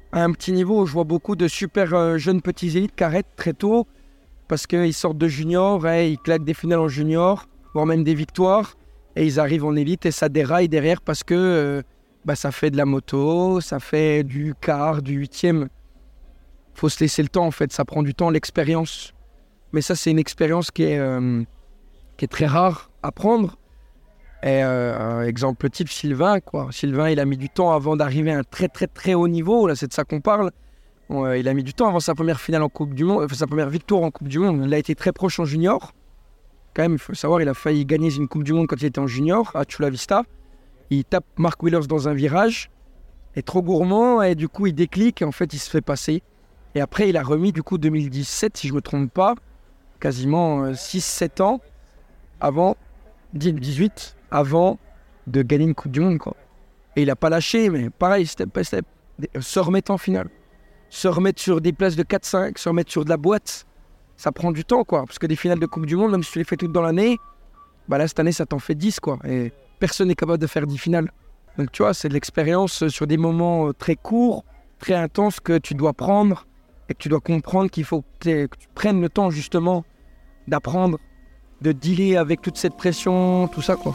à un petit niveau, je vois beaucoup de super euh, jeunes petits élites qui arrêtent très tôt parce qu'ils sortent de junior et ils claquent des finales en junior, voire même des victoires, et ils arrivent en élite et ça déraille derrière parce que euh, bah, ça fait de la moto, ça fait du quart, du huitième. Il faut se laisser le temps en fait, ça prend du temps, l'expérience. Mais ça, c'est une expérience qui est, euh, qui est très rare à prendre. Et euh, exemple type Sylvain, quoi. Sylvain, il a mis du temps avant d'arriver à un très très très haut niveau. Là, c'est de ça qu'on parle. Bon, euh, il a mis du temps avant sa première finale en Coupe du Monde, euh, sa première victoire en Coupe du Monde. Il a été très proche en junior. Quand même, il faut savoir, il a failli gagner une Coupe du Monde quand il était en junior à Chula Vista. Il tape Mark Wheelers dans un virage, est trop gourmand et du coup il déclic et en fait il se fait passer. Et après, il a remis du coup deux mille dix-sept, si je ne me trompe pas, quasiment euh, six sept ans avant, dix-huit, avant de gagner une Coupe du Monde, quoi. Et il n'a pas lâché, mais pareil, step by step, se remettre en finale, se remettre sur des places de quatre cinq, se remettre sur de la boîte, ça prend du temps, quoi. Parce que des finales de Coupe du Monde, même si tu les fais toutes dans l'année, bah là, cette année, ça t'en fait dix, quoi. Et personne n'est capable de faire dix finales. Donc, tu vois, c'est de l'expérience sur des moments très courts, très intenses que tu dois prendre et que tu dois comprendre qu'il faut que, que tu prennes le temps, justement, d'apprendre, de dealer avec toute cette pression, tout ça, quoi.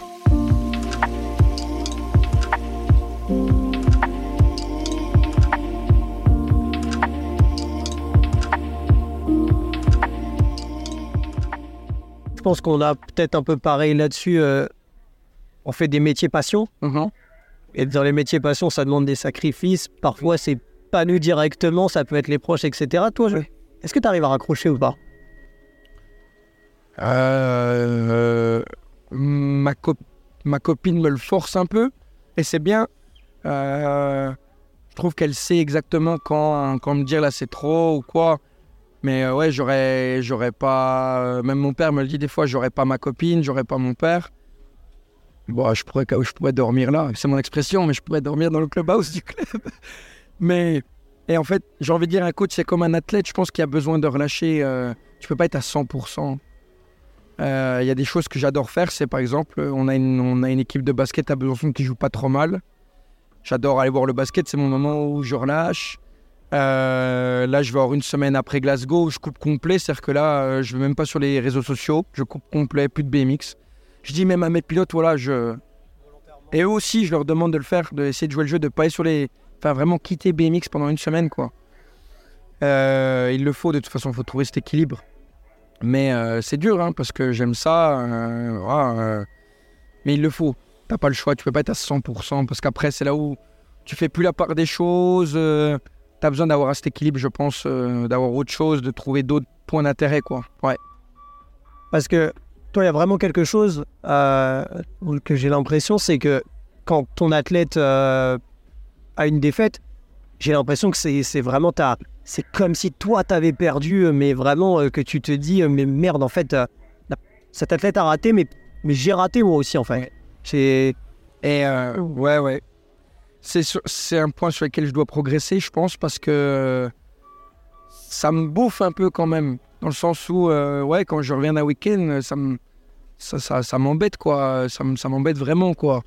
Je pense qu'on a peut-être un peu pareil là-dessus. Euh, on fait des métiers passion. Mm-hmm. Et dans les métiers passion, ça demande des sacrifices. Parfois, c'est pas nous directement, ça peut être les proches, et cetera. Toi, je... est-ce que tu arrives à raccrocher ou pas? euh, euh, ma, co- ma copine me le force un peu. Et c'est bien. Euh, je trouve qu'elle sait exactement quand, quand me dire là c'est trop ou quoi. Mais euh, ouais, j'aurais, j'aurais pas... Euh, même mon père me le dit des fois, j'aurais pas ma copine, j'aurais pas mon père. Bon, je pourrais, je pourrais dormir là, c'est mon expression, mais je pourrais dormir dans le clubhouse du club. Mais, et en fait, j'ai envie de dire, un coach, c'est comme un athlète, je pense qu'il a besoin de relâcher. Euh, tu peux pas être à cent pour cent. Il euh, y a des choses que j'adore faire, c'est par exemple, on a une, on a une équipe de basket à Besançon qui joue pas trop mal. J'adore aller voir le basket, c'est mon moment où je relâche. Euh, là, je vais avoir une semaine après Glasgow où je coupe complet, c'est-à-dire que là, euh, je ne vais même pas sur les réseaux sociaux, je coupe complet, plus de B M X. Je dis même à mes pilotes, voilà, je... Et eux aussi, je leur demande de le faire, d'essayer de jouer le jeu, de ne pas aller sur les... Enfin, vraiment quitter B M X pendant une semaine, quoi. Euh, il le faut, de toute façon, il faut trouver cet équilibre. Mais euh, c'est dur, hein, parce que j'aime ça, euh, voilà, euh... mais il le faut. Tu n'as pas le choix, tu ne peux pas être à cent pour cent, parce qu'après, c'est là où tu fais plus la part des choses... Euh... Tu as besoin d'avoir cet équilibre, je pense, euh, d'avoir autre chose, de trouver d'autres points d'intérêt, quoi. Ouais. Parce que toi, il y a vraiment quelque chose euh, que j'ai l'impression, c'est que quand ton athlète euh, a une défaite, j'ai l'impression que c'est, c'est vraiment ta... C'est comme si toi, t'avais perdu, mais vraiment euh, que tu te dis, euh, mais merde, en fait, euh, cet athlète a raté, mais, mais j'ai raté moi aussi, en fait. C'est... Et euh, ouais, ouais. C'est, sur, c'est un point sur lequel je dois progresser, je pense, parce que euh, ça me bouffe un peu quand même. Dans le sens où, euh, ouais, quand je reviens d'un week-end, ça, me, ça, ça, ça m'embête, quoi. Ça, ça m'embête vraiment, quoi.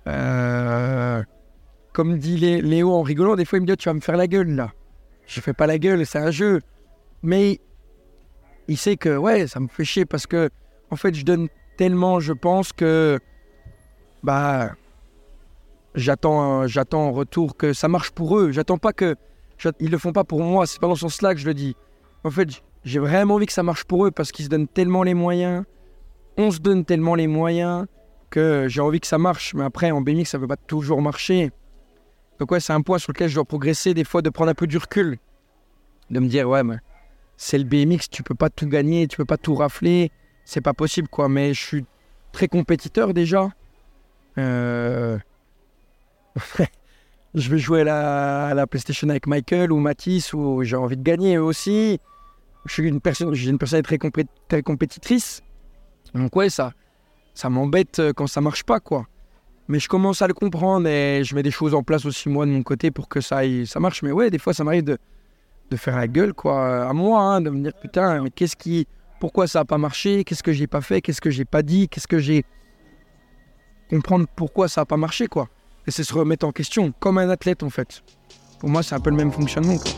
Euh, comme dit Lé, Léo en rigolant, des fois, il me dit, oh, tu vas me faire la gueule, là. Je fais pas la gueule, c'est un jeu. Mais il sait que, ouais, ça me fait chier parce que, en fait, je donne tellement, je pense, que, bah... J'attends, euh, j'attends en retour que ça marche pour eux. J'attends pas que... Ils le font pas pour moi. C'est pas dans ce sens-là que je le dis. En fait, j'ai vraiment envie que ça marche pour eux parce qu'ils se donnent tellement les moyens. On se donne tellement les moyens que j'ai envie que ça marche. Mais après, en B M X, ça ne peut pas toujours marcher. Donc ouais, c'est un point sur lequel je dois progresser. Des fois, de prendre un peu du recul. De me dire, ouais, mais c'est le B M X. Tu peux pas tout gagner. Tu peux pas tout rafler. C'est pas possible, quoi. Mais je suis très compétiteur déjà. Euh... je vais jouer à la, à la PlayStation avec Michael ou Mathis où j'ai envie de gagner eux aussi. Je suis une personne, j'ai une personne très, compé- très compétitrice. Donc ouais, ça, ça m'embête quand ça marche pas, quoi. Mais je commence à le comprendre et je mets des choses en place aussi moi de mon côté pour que ça aille, ça marche. Mais ouais, des fois ça m'arrive de, de faire la gueule, quoi, à moi, hein, de me dire putain, mais qu'est-ce qui, pourquoi ça a pas marché, qu'est-ce que j'ai pas fait, qu'est-ce que j'ai pas dit, qu'est-ce que j'ai, comprendre pourquoi ça a pas marché, quoi. Et c'est se remettre en question, comme un athlète en fait. Pour moi, c'est un peu le même fonctionnement, quoi.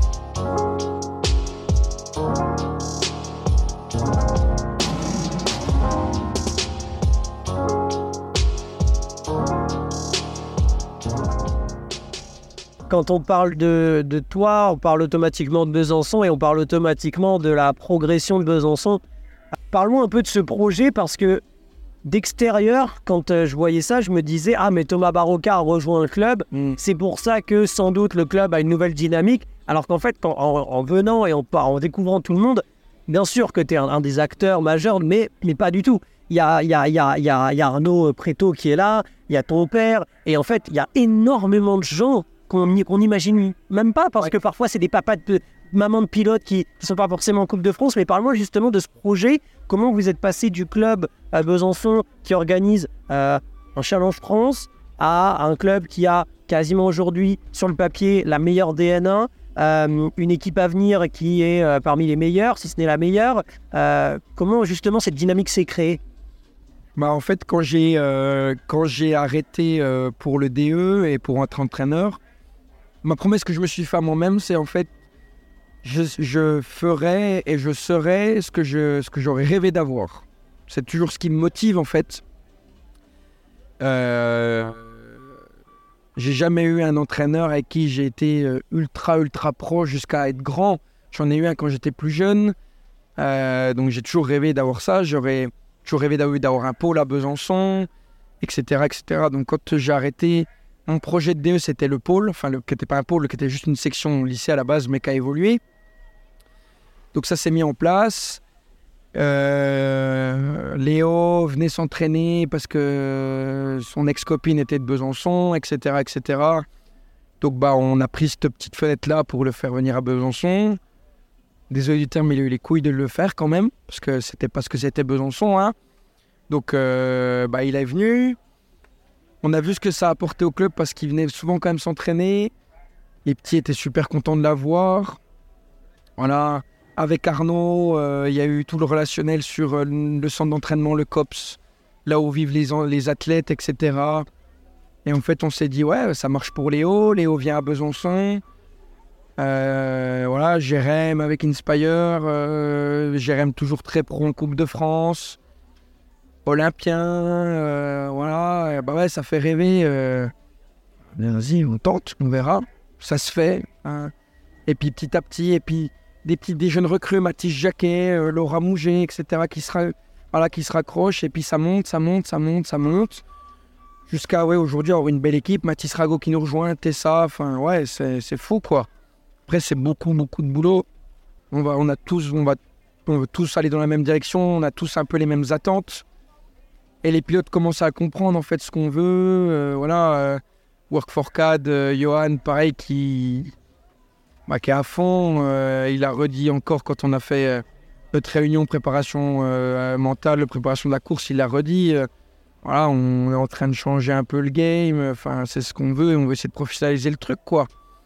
Quand on parle de, de toi, on parle automatiquement de Besançon et on parle automatiquement de la progression de Besançon. Parlons un peu de ce projet parce que d'extérieur, quand euh, je voyais ça, je me disais « Ah, mais Thomas Barroca a rejoint le club, mm. c'est pour ça que sans doute le club a une nouvelle dynamique. » Alors qu'en fait, quand, en, en venant et en, en découvrant tout le monde, bien sûr que tu es un, un des acteurs majeurs, mais, mais pas du tout. Il y a, y a, y a, y a, y a Arnaud Préto qui est là, il y a ton père, et en fait, il y a énormément de gens qu'on n'imagine même pas, parce ouais. que parfois, c'est des papas de mamans de pilotes qui ne sont pas forcément en Coupe de France, mais parle-moi justement de ce projet. Comment vous êtes passé du club à Besançon qui organise euh, un Challenge France à un club qui a quasiment aujourd'hui, sur le papier, la meilleure D N A, euh, une équipe à venir qui est euh, parmi les meilleures, si ce n'est la meilleure. Euh, comment justement cette dynamique s'est créée ? Bah, en fait, quand j'ai, euh, quand j'ai arrêté euh, pour le D E et pour être entraîneur, ma promesse que je me suis faite à moi-même, c'est en fait, je, je ferai et je serai ce que, je, ce que j'aurais rêvé d'avoir. C'est toujours ce qui me motive, en fait. Euh, j'ai jamais eu un entraîneur avec qui j'ai été ultra, ultra proche jusqu'à être grand. J'en ai eu un quand j'étais plus jeune. Euh, donc, j'ai toujours rêvé d'avoir ça. J'aurais toujours rêvé d'avoir un pôle à Besançon, et cetera, et cetera. Donc, quand j'ai arrêté... Mon projet de D E, c'était le pôle, enfin, le, qui n'était pas un pôle, qui était juste une section au lycée à la base, mais qui a évolué. Donc ça s'est mis en place. Euh, Léo venait s'entraîner parce que son ex-copine était de Besançon, et cetera, et cetera. Donc bah, on a pris cette petite fenêtre-là pour le faire venir à Besançon. Désolé du terme, mais il a eu les couilles de le faire quand même, parce que c'était parce que c'était Besançon. Hein. Donc euh, bah, il est venu. On a vu ce que ça a apporté au club parce qu'il venait souvent quand même s'entraîner. Les petits étaient super contents de l'avoir. Voilà. Avec Arnaud, euh, il y a eu tout le relationnel sur euh, le centre d'entraînement, le C O P S, là où vivent les, les athlètes, et cetera. Et en fait, on s'est dit, ouais, ça marche pour Léo. Léo vient à Besançon. Euh, voilà, Jérém avec Inspire. Euh, Jérém toujours très pro en Coupe de France. Olympien, euh, voilà, et bah ouais, ça fait rêver. Euh... Vas-y, on tente, on verra. Ça se fait. Hein. Et puis petit à petit, et puis des petits des jeunes recrues, Mathis Jacquet, euh, Laura Mouget, et cetera, qui se, ra... voilà, qui se raccrochent, et puis ça monte, ça monte, ça monte, ça monte. Jusqu'à ouais, aujourd'hui avoir une belle équipe, Mathis Rago qui nous rejoint, Tessa, enfin ouais, c'est, c'est fou quoi. Après, c'est beaucoup, beaucoup de boulot. On, va, on, a tous, on, va, on veut tous aller dans la même direction, on a tous un peu les mêmes attentes. Et les pilotes commencent à comprendre en fait ce qu'on veut. Euh, voilà, euh, Work for C A D, euh, Johan, pareil, qui, bah, qui est à fond. Euh, il a redit encore quand on a fait euh, notre réunion de préparation euh, mentale, de préparation de la course, il l'a redit. Euh, voilà, on est en train de changer un peu le game. Enfin, c'est ce qu'on veut et on veut essayer de professionnaliser le truc, quoi.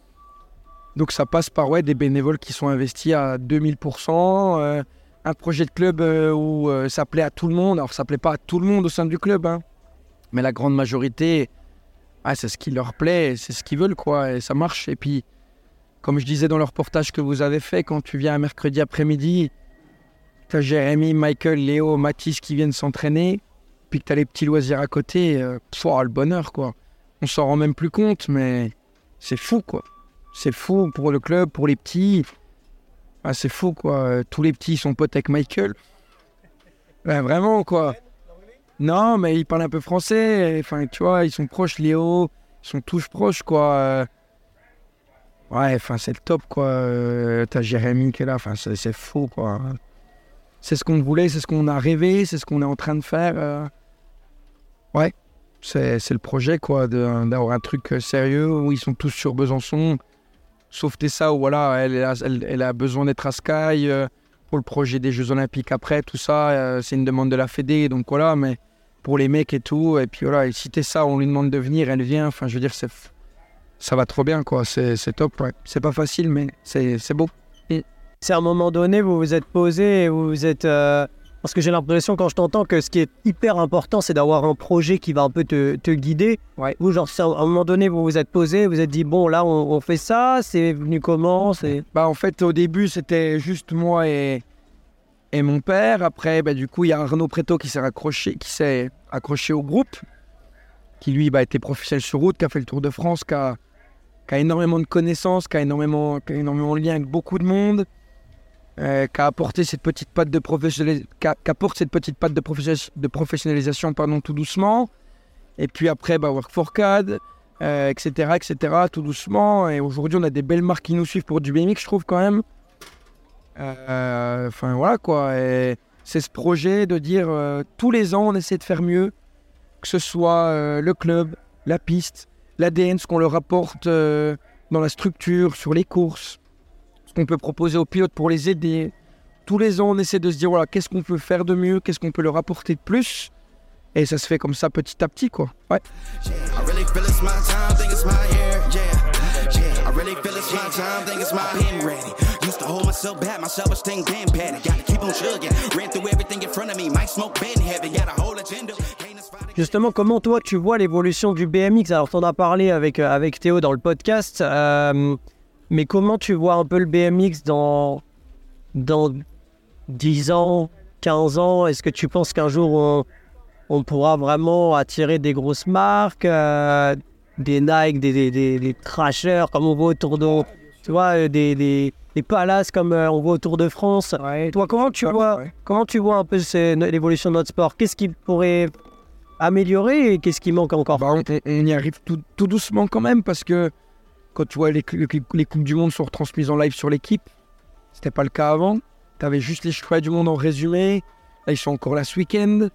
Donc ça passe par ouais, des bénévoles qui sont investis à deux mille pour cent. Euh, un projet de club euh, où euh, ça plaît à tout le monde. Alors ça plaît pas à tout le monde au sein du club, hein. Mais la grande majorité, ah, c'est ce qui leur plaît, c'est ce qu'ils veulent, quoi, et ça marche. Et puis, comme je disais dans le reportage que vous avez fait, quand tu viens un mercredi après-midi, tu as Jérémy, Michael, Léo, Mathis qui viennent s'entraîner, puis que tu as les petits loisirs à côté, euh, pff, le bonheur, quoi. On s'en rend même plus compte, mais c'est fou, quoi. C'est fou pour le club, pour les petits. Ah, c'est fou, quoi. Tous les petits sont potes avec Michael. Ouais, vraiment, quoi. Non, mais ils parlent un peu français. Enfin, tu vois, ils sont proches, Léo. Ils sont tous proches, quoi. Ouais, enfin, c'est le top, quoi. T'as Jérémy qui est là. Enfin, c'est, c'est fou, quoi. C'est ce qu'on voulait, c'est ce qu'on a rêvé, c'est ce qu'on est en train de faire. Ouais, c'est, c'est le projet, quoi, de, d'avoir un truc sérieux où ils sont tous sur Besançon. Sauf Tessa, où voilà, elle, elle, elle a besoin d'être à Sky euh, pour le projet des Jeux Olympiques après, tout ça, euh, c'est une demande de la Fédé, donc voilà, mais pour les mecs et tout, et puis voilà, et si Tessa, on lui demande de venir, elle vient, enfin je veux dire, c'est, ça va trop bien, quoi, c'est, c'est top, ouais. C'est pas facile, mais c'est, c'est beau. Et... C'est à un moment donné, vous vous êtes posé et vous vous êtes... Euh... Parce que j'ai l'impression, quand je t'entends, que ce qui est hyper important, c'est d'avoir un projet qui va un peu te, te guider. Ouais. Vous, genre, à un moment donné, vous vous êtes posé, vous vous êtes dit, bon, là, on, on fait ça, c'est venu comment c'est... Bah, en fait, au début, c'était juste moi et, et mon père. Après, bah, du coup, il y a Arnaud Préto qui s'est accroché, qui s'est accroché au groupe, qui lui bah, était professionnel sur route, qui a fait le Tour de France, qui a, qui a énormément de connaissances, qui a énormément, qui a énormément de liens avec beaucoup de monde. Euh, qui a apporté cette petite patte de professionnalisation, qui, qui apporte cette petite patte de, professionnalisation, de professionnalisation pardon, tout doucement. Et puis après, bah, Work for C A D, euh, et cetera, et cetera, tout doucement. Et aujourd'hui, on a des belles marques qui nous suivent pour du B M X, je trouve, quand même. Euh, enfin, voilà, quoi. Et c'est ce projet de dire, euh, tous les ans, on essaie de faire mieux, que ce soit euh, le club, la piste, l'A D N, ce qu'on leur apporte euh, dans la structure, sur les courses, qu'on peut proposer aux pilotes pour les aider. Tous les ans, on essaie de se dire, voilà, qu'est-ce qu'on peut faire de mieux, qu'est-ce qu'on peut leur apporter de plus. Et ça se fait comme ça petit à petit, quoi. Ouais. Justement, comment toi, tu vois l'évolution du B M X? Alors, tu en as parlé avec, euh, avec Théo dans le podcast. Euh, Mais comment tu vois un peu le B M X dans, dans dix ans, quinze ans? Est-ce que tu penses qu'un jour on, on pourra vraiment attirer des grosses marques, euh, des Nike, des, des, des, des Thrasher comme on voit autour de, tu vois, des, des, des Palace comme euh, on voit autour de France? Ouais. Toi, comment tu, vois, ouais. comment tu vois un peu ces, l'évolution de notre sport? Qu'est-ce qui pourrait améliorer et qu'est-ce qui manque encore? Bah, on, on y arrive tout, tout doucement quand même, parce que quand tu vois les, les, les Coupes du Monde sont retransmises en live sur l'équipe, c'était pas le cas avant. Tu avais juste les choix du monde en résumé. Là, ils sont encore là ce week-end.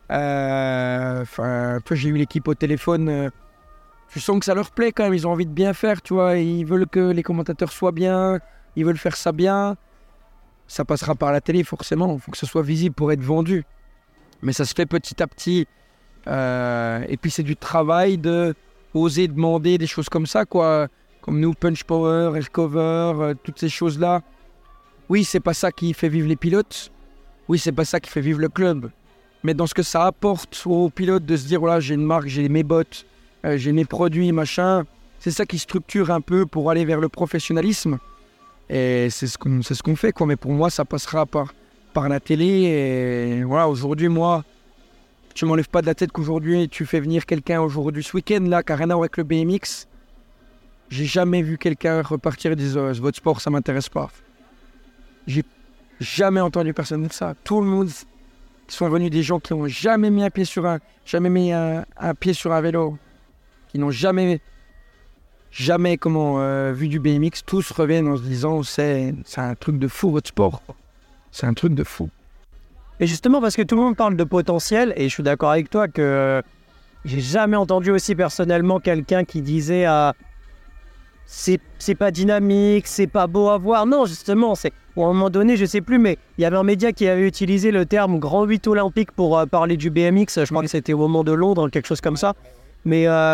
Euh, enfin, toi, j'ai eu l'équipe au téléphone. Euh, tu sens que ça leur plaît quand même. Ils ont envie de bien faire, tu vois. Ils veulent que les commentateurs soient bien. Ils veulent faire ça bien. Ça passera par la télé, forcément. Il faut que ce soit visible pour être vendu. Mais ça se fait petit à petit. Euh, et puis, c'est du travail de oser demander des choses comme ça, quoi. Comme nous, Punch Power, Aircover, euh, toutes ces choses-là. Oui, c'est pas ça qui fait vivre les pilotes. Oui, c'est pas ça qui fait vivre le club. Mais dans ce que ça apporte aux pilotes de se dire, voilà, j'ai une marque, j'ai mes bottes, euh, j'ai mes produits, machin. C'est ça qui structure un peu pour aller vers le professionnalisme. Et c'est ce qu'on, c'est ce qu'on fait, quoi. Mais pour moi, ça passera par, par la télé. Et voilà, aujourd'hui, moi, tu m'enlèves pas de la tête qu'aujourd'hui, tu fais venir quelqu'un aujourd'hui, ce week-end, là, qui n'a rien à voir avec le B M X. J'ai jamais vu quelqu'un repartir et dire oh, votre sport, ça m'intéresse pas. J'ai jamais entendu personne dire ça. Tout le monde, ils sont venus des gens qui n'ont jamais mis un pied sur un, jamais mis un, un pied sur un vélo, qui n'ont jamais, jamais comment euh, vu du B M X. Tous reviennent en se disant c'est, c'est un truc de fou votre sport. C'est un truc de fou. Et justement, parce que tout le monde parle de potentiel, et je suis d'accord avec toi que euh, j'ai jamais entendu aussi personnellement quelqu'un qui disait euh, c'est, c'est pas dynamique, c'est pas beau à voir. Non, justement, c'est, à un moment donné, je sais plus, mais il y avait un média qui avait utilisé le terme grand huit olympique pour euh, parler du B M X. Je crois que c'était au moment de Londres, quelque chose comme ça. Mais, euh,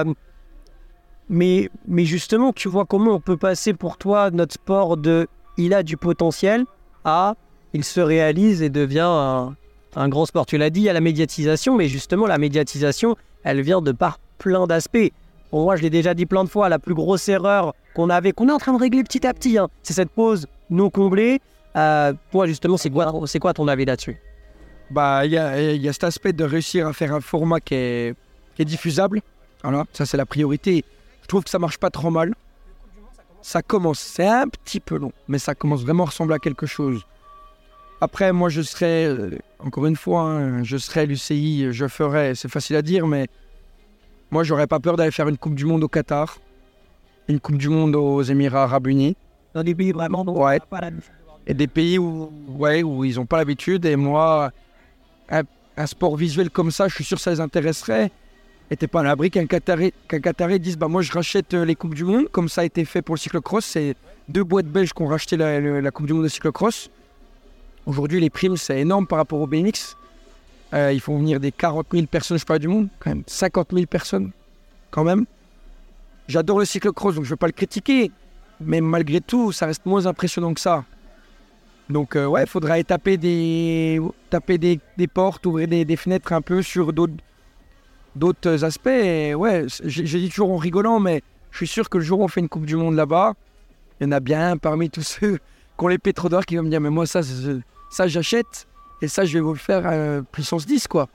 mais, mais justement, tu vois comment on peut passer pour toi notre sport de il a du potentiel à il se réalise et devient un, un grand sport. Tu l'as dit, il y a la médiatisation, mais justement, la médiatisation, elle vient de par plein d'aspects. Bon, moi, je l'ai déjà dit plein de fois, la plus grosse erreur qu'on avait, qu'on est en train de régler petit à petit, hein, c'est cette pause non comblée. Euh, toi, justement, c'est quoi, c'est quoi ton avis là-dessus? Bah, il y a, y a cet aspect de réussir à faire un format qui est, qui est diffusable. Voilà, ça, c'est la priorité. Je trouve que ça marche pas trop mal. Ça commence, c'est un petit peu long, mais ça commence vraiment à ressembler à quelque chose. Après, moi, je serais, euh, encore une fois, hein, je serais l'U C I, je ferais, c'est facile à dire, mais moi, j'aurais pas peur d'aller faire une Coupe du Monde au Qatar, une Coupe du Monde aux Émirats Arabes Unis. Dans des pays vraiment dont ouais. on n'a pas l'habitude. Et des pays où, ouais, où ils n'ont pas l'habitude. Et moi, un, un sport visuel comme ça, je suis sûr que ça les intéresserait. Et t'es pas à l'abri qu'un Qatarais, qu'un Qatarais dise bah, moi, je rachète les Coupes du Monde, comme ça a été fait pour le cyclocross. C'est deux boîtes belges qui ont racheté la, la, la Coupe du Monde de cyclocross. Aujourd'hui, les primes, c'est énorme par rapport au B M X. Euh, ils font venir des quarante mille personnes, je parle du monde, quand même cinquante mille personnes, quand même. J'adore le cyclocross, donc je ne veux pas le critiquer. Mais malgré tout, ça reste moins impressionnant que ça. Donc, euh, ouais, il faudra taper, des, taper des, des portes, ouvrir des, des fenêtres un peu sur d'autres, d'autres aspects. Et ouais, j'ai, j'ai dit toujours en rigolant, mais je suis sûr que le jour où on fait une Coupe du Monde là-bas, il y en a bien parmi tous ceux qui ont les pétrodollars qui vont me dire, mais moi, ça, ça j'achète, et ça, je vais vous le faire euh, puissance dix, quoi.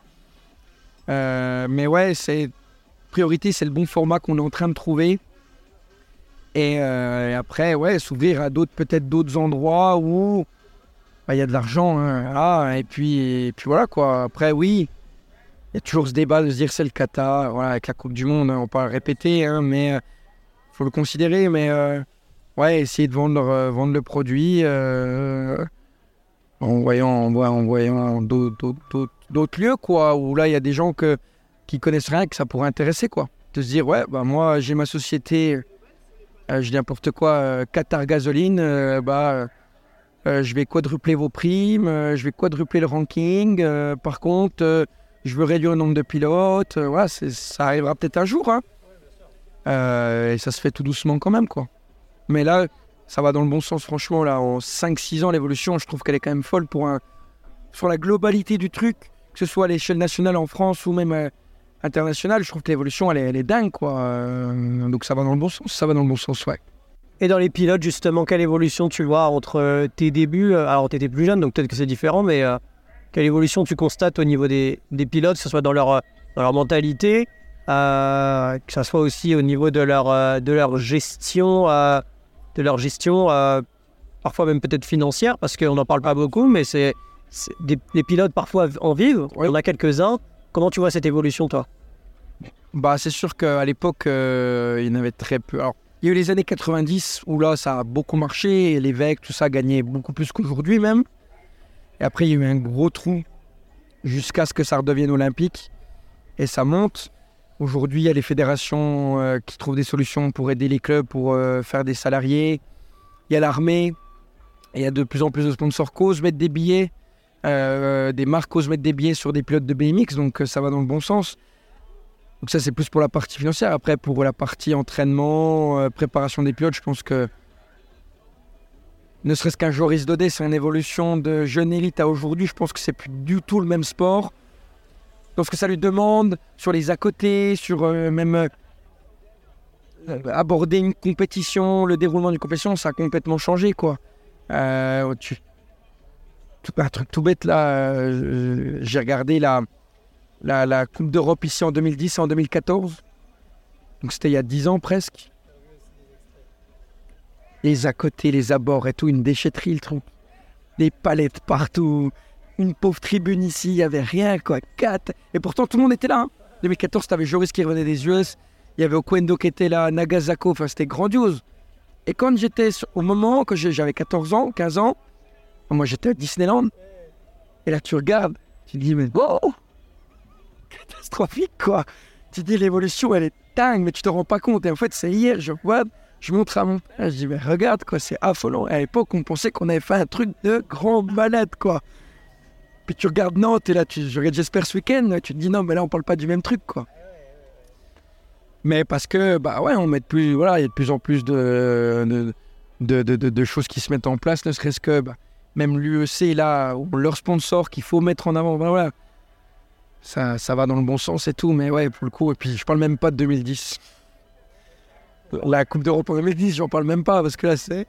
Euh, mais ouais, c'est priorité, c'est le bon format qu'on est en train de trouver. Et, euh, et après, ouais, s'ouvrir à d'autres, peut-être d'autres endroits où il bah, y a de l'argent. Hein, là, et, puis, et puis voilà, quoi. Après, oui, il y a toujours ce débat de se dire c'est le Qatar. Voilà, avec la Coupe du Monde, on peut le répéter, hein, mais il euh, faut le considérer. Mais euh, ouais, essayer de vendre, euh, vendre le produit euh, en voyant, en, en voyant d'autres, d'autres, d'autres lieux, quoi, où là, il y a des gens que, qui connaissent rien, que ça pourrait intéresser, quoi. De se dire, ouais, bah, moi, j'ai ma société, euh, je dis n'importe quoi, euh, Qatar Gasoline, euh, bah, euh, je vais quadrupler vos primes, euh, je vais quadrupler le ranking. Euh, par contre, euh, je veux réduire le nombre de pilotes. Euh, voilà, c'est, ça arrivera peut-être un jour, hein. Euh, et ça se fait tout doucement quand même, quoi. Mais là, ça va dans le bon sens, franchement. Là, en cinq six ans, l'évolution, je trouve qu'elle est quand même folle pour un, sur la globalité du truc, que ce soit à l'échelle nationale en France ou même euh, internationale. Je trouve que l'évolution, elle est, elle est dingue, quoi. Euh, donc ça va dans le bon sens, ça va dans le bon sens, ouais. Et dans les pilotes, justement, quelle évolution tu vois entre euh, tes débuts, euh, alors tu étais plus jeune, donc peut-être que c'est différent, mais euh, quelle évolution tu constates au niveau des, des pilotes, que ce soit dans leur, euh, dans leur mentalité, euh, que ce soit aussi au niveau de leur, euh, de leur gestion, euh, de leur gestion euh, parfois même peut-être financière, parce qu'on n'en parle pas beaucoup, mais c'est, c'est des, les pilotes parfois en vivent, il y en a quelques-uns. Comment tu vois cette évolution, toi ? Bah, c'est sûr qu'à l'époque, euh, il y en avait très peu. Alors, il y a eu les années quatre-vingt-dix où là, ça a beaucoup marché, et l'évêque, tout ça, gagnait beaucoup plus qu'aujourd'hui même. Et après, il y a eu un gros trou jusqu'à ce que ça redevienne olympique. Et ça monte. Aujourd'hui, il y a les fédérations euh, qui trouvent des solutions pour aider les clubs, pour euh, faire des salariés. Il y a l'armée. Et il y a de plus en plus de sponsors qui osent mettre des billets. Euh, des marques osent mettre des billets sur des pilotes de B M X. Donc, euh, ça va dans le bon sens. Donc ça, c'est plus pour la partie financière. Après, pour la partie entraînement, euh, préparation des pilotes, je pense que ne serait-ce qu'un Joris Daudet, c'est une évolution de jeune élite à aujourd'hui. Je pense que c'est plus du tout le même sport. Donc ce que ça lui demande sur les à côté, sur euh, même euh, aborder une compétition, le déroulement d'une compétition, ça a complètement changé, quoi. Euh, tu... Un truc tout bête, là, euh, j'ai regardé la... La, la Coupe d'Europe ici en deux mille dix et en deux mille quatorze. Donc c'était il y a dix ans presque. Les à côté, les abords et tout, une déchetterie le truc. Des palettes partout. Une pauvre tribune ici, il n'y avait rien, quoi. Quatre. Et pourtant tout le monde était là. Hein. deux mille quatorze, tu avais Joris qui revenait des U S. Il y avait Oquendo qui était là, Nagasako. Enfin, c'était grandiose. Et quand j'étais, au moment que j'avais quatorze ans, quinze ans, moi j'étais à Disneyland. Et là tu regardes, tu te dis, mais wow! Catastrophique, quoi. Tu te dis, l'évolution, elle est dingue, mais tu te rends pas compte. Et en fait, c'est hier, je vois, je montre à mon père, je dis, mais regarde, quoi, c'est affolant. À l'époque, on pensait qu'on avait fait un truc de grand malade, quoi. Puis tu regardes Nantes, et là, tu, je regarde J'espère ce week-end, tu te dis, non, mais là, on parle pas du même truc, quoi. Mais parce que, bah ouais, on met de plus, voilà, il y a de plus en plus de, de, de, de, de, de choses qui se mettent en place, ne serait-ce que, bah, même l'U E C, là, leur sponsor qu'il faut mettre en avant, bah, voilà. Ça, ça va dans le bon sens et tout, mais ouais, pour le coup, et puis je parle même pas de deux mille dix. La Coupe d'Europe en deux mille dix, j'en parle même pas, parce que là, c'est...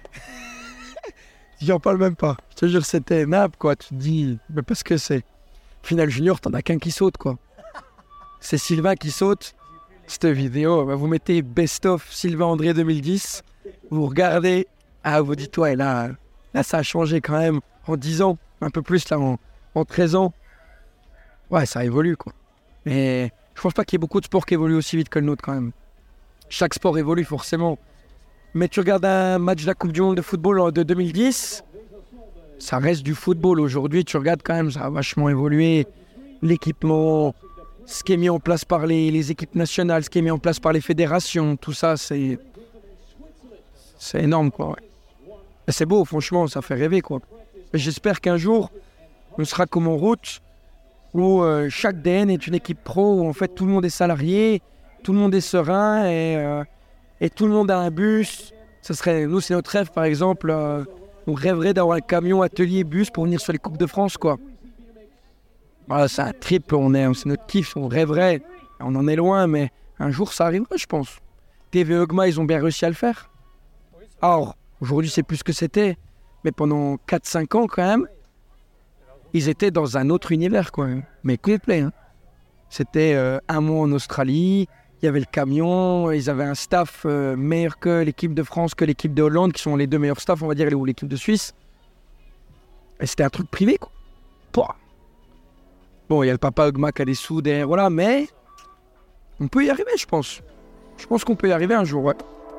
j'en parle même pas. Je te jure, c'était Naples, quoi. Tu te dis, mais parce que c'est... Finale junior, t'en as qu'un qui saute, quoi. C'est Sylvain qui saute. Cette vidéo, bah, vous mettez Best of Sylvain André deux mille dix, vous regardez, ah, vous dites, ouais, là, là, ça a changé quand même en dix ans, un peu plus, là, en, en treize ans. Ouais, ça évolue, quoi. Mais je pense pas qu'il y ait beaucoup de sports qui évoluent aussi vite que le nôtre, quand même. Chaque sport évolue, forcément. Mais tu regardes un match de la Coupe du Monde de football de deux mille dix, ça reste du football. Aujourd'hui, tu regardes quand même, ça a vachement évolué. L'équipement, ce qui est mis en place par les, les équipes nationales, ce qui est mis en place par les fédérations, tout ça, c'est... C'est énorme, quoi, ouais. Et c'est beau, franchement, ça fait rêver, quoi. Et j'espère qu'un jour, on sera comme en route, où euh, chaque D N est une équipe pro, où en fait tout le monde est salarié, tout le monde est serein et, euh, et tout le monde a un bus. Ça serait, nous, c'est notre rêve, par exemple, euh, on rêverait d'avoir un camion, atelier, bus pour venir sur les Coupes de France, quoi. Voilà, c'est un trip, on est, c'est notre kiff, on rêverait. On en est loin, mais un jour, ça arrivera, je pense. T V Ogma, ils ont bien réussi à le faire. Alors, aujourd'hui, c'est plus ce que c'était. Mais pendant quatre cinq ans, quand même, ils étaient dans un autre univers, quoi. Mais complet, hein. C'était euh, un mois en Australie, il y avait le camion, ils avaient un staff euh, meilleur que l'équipe de France, que l'équipe de Hollande, qui sont les deux meilleurs staffs, on va dire, ou l'équipe de Suisse. Et c'était un truc privé, quoi. Pouah. Bon, il y a le papa Ogma qui a des sous derrière, voilà, mais on peut y arriver, je pense. Je pense qu'on peut y arriver un jour, ouais.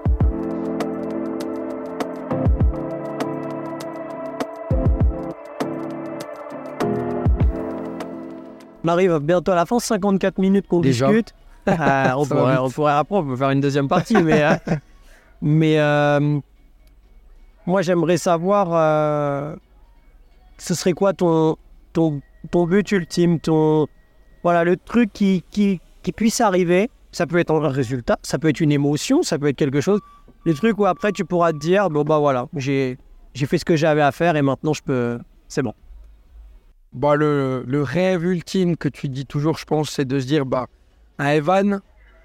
On arrive bientôt à la fin, cinquante-quatre minutes qu'on Déjà. discute. Euh, on, pourrait, on pourrait après, on peut faire une deuxième partie, mais, euh, mais euh, moi j'aimerais savoir, euh, ce serait quoi ton, ton, ton but ultime, ton, voilà, le truc qui, qui, qui puisse arriver. Ça peut être un résultat, ça peut être une émotion, ça peut être quelque chose. Le truc où après tu pourras te dire, bon bah voilà, j'ai, j'ai fait ce que j'avais à faire et maintenant je peux, c'est bon. Bah, le, le rêve ultime que tu dis toujours, je pense, c'est de se dire, bah, un Evan,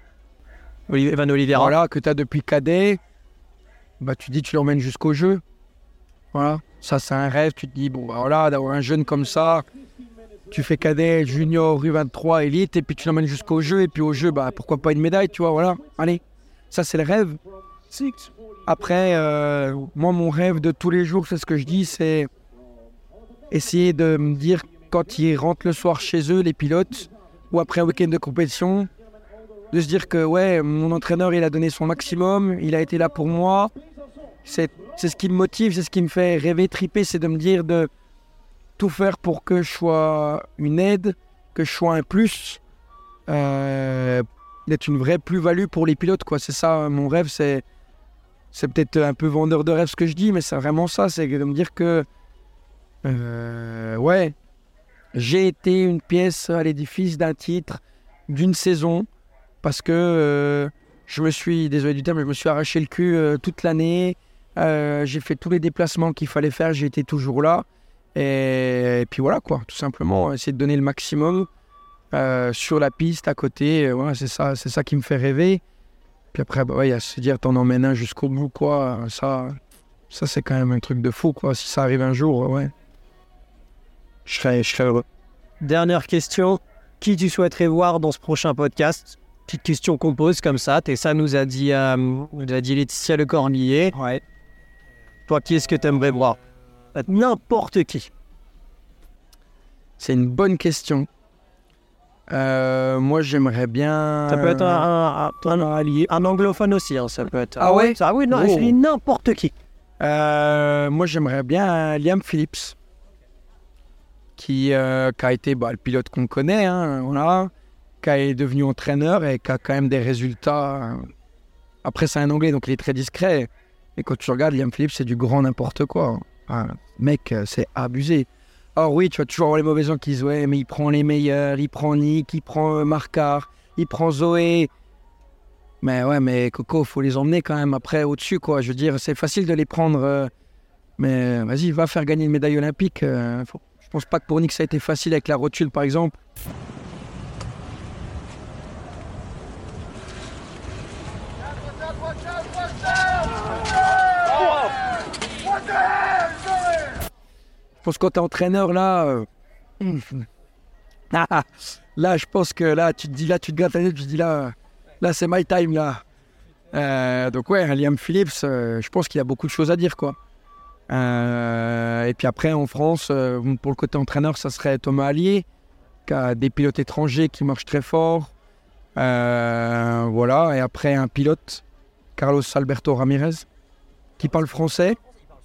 Evan Oliveira. voilà, que tu as depuis cadet, bah, tu dis, tu l'emmènes jusqu'au jeu. Voilà, ça c'est un rêve, tu te dis, bon, bah, voilà, d'avoir un jeune comme ça, tu fais cadet, junior, U vingt-trois, élite, et puis tu l'emmènes jusqu'au jeu, et puis au jeu, bah, pourquoi pas une médaille, tu vois, voilà, allez, ça c'est le rêve. Après, euh, moi, mon rêve de tous les jours, c'est ce que je dis, c'est essayer de me dire, quand ils rentrent le soir chez eux, les pilotes, ou après un week-end de compétition, de se dire que ouais, mon entraîneur, il a donné son maximum, il a été là pour moi. C'est, c'est ce qui me motive, c'est ce qui me fait rêver, triper, c'est de me dire de tout faire pour que je sois une aide, que je sois un plus, euh, d'être une vraie plus-value pour les pilotes, quoi. C'est ça, mon rêve, c'est, c'est peut-être un peu vendeur de rêve ce que je dis, mais c'est vraiment ça, c'est de me dire que Euh, ouais, j'ai été une pièce à l'édifice d'un titre, d'une saison, parce que euh, je me suis, désolé du terme, je me suis arraché le cul euh, toute l'année. Euh, j'ai fait tous les déplacements qu'il fallait faire, j'ai été toujours là. Et, et puis voilà, quoi, tout simplement, essayer de donner le maximum euh, sur la piste, à côté. Euh, voilà, c'est ça, c'est ça qui me fait rêver. Puis après, bah, ouais, il y a se dire, t'en emmènes un jusqu'au bout, quoi. Ça, ça c'est quand même un truc de fou, quoi. Si ça arrive un jour, ouais. Je serais, je serais heureux. Dernière question. Qui tu souhaiterais voir dans ce prochain podcast? Petite question qu'on pose comme ça. Et ça nous a dit, euh, nous a dit Laetitia Le Cornillier. Ouais. Toi, qui est-ce que tu aimerais voir? N'importe qui. C'est une bonne question. Euh, moi, j'aimerais bien... Ça peut être un, un, un, un, un anglophone aussi. Hein, ça peut être... Ah ouais? Ça, oui, non, oh. je dis n'importe qui. Euh, moi, j'aimerais bien Liam Phillips. Qui, euh, qui a été bah, le pilote qu'on connaît, hein, voilà, qui est devenu entraîneur et qui a quand même des résultats. Après, c'est un Anglais, donc il est très discret. Et quand tu regardes, Liam Phillips, c'est du grand n'importe quoi. Ah, mec, c'est abusé. Alors oui, tu vas toujours avoir les mauvais gens qui disent « Ouais, mais il prend les meilleurs, il prend Nick, il prend euh, Marcard, il prend Zoé. » Mais ouais, mais Coco, il faut les emmener quand même après au-dessus, quoi. Je veux dire, c'est facile de les prendre, euh, mais vas-y, va faire gagner une médaille olympique. Euh, faut... Je pense pas que pour Nick ça a été facile avec la rotule par exemple. Je pense que quand t'es entraîneur là, euh... ah, là je pense que là tu te dis là tu te grattes la tête, tu te dis là, là c'est my time là. Euh, donc ouais, Liam Phillips, euh, je pense qu'il a beaucoup de choses à dire quoi. Euh, et puis après en France, euh, pour le côté entraîneur, ça serait Thomas Allier, qui a des pilotes étrangers qui marchent très fort. Euh, voilà, et après un pilote, Carlos Alberto Ramirez, qui parle français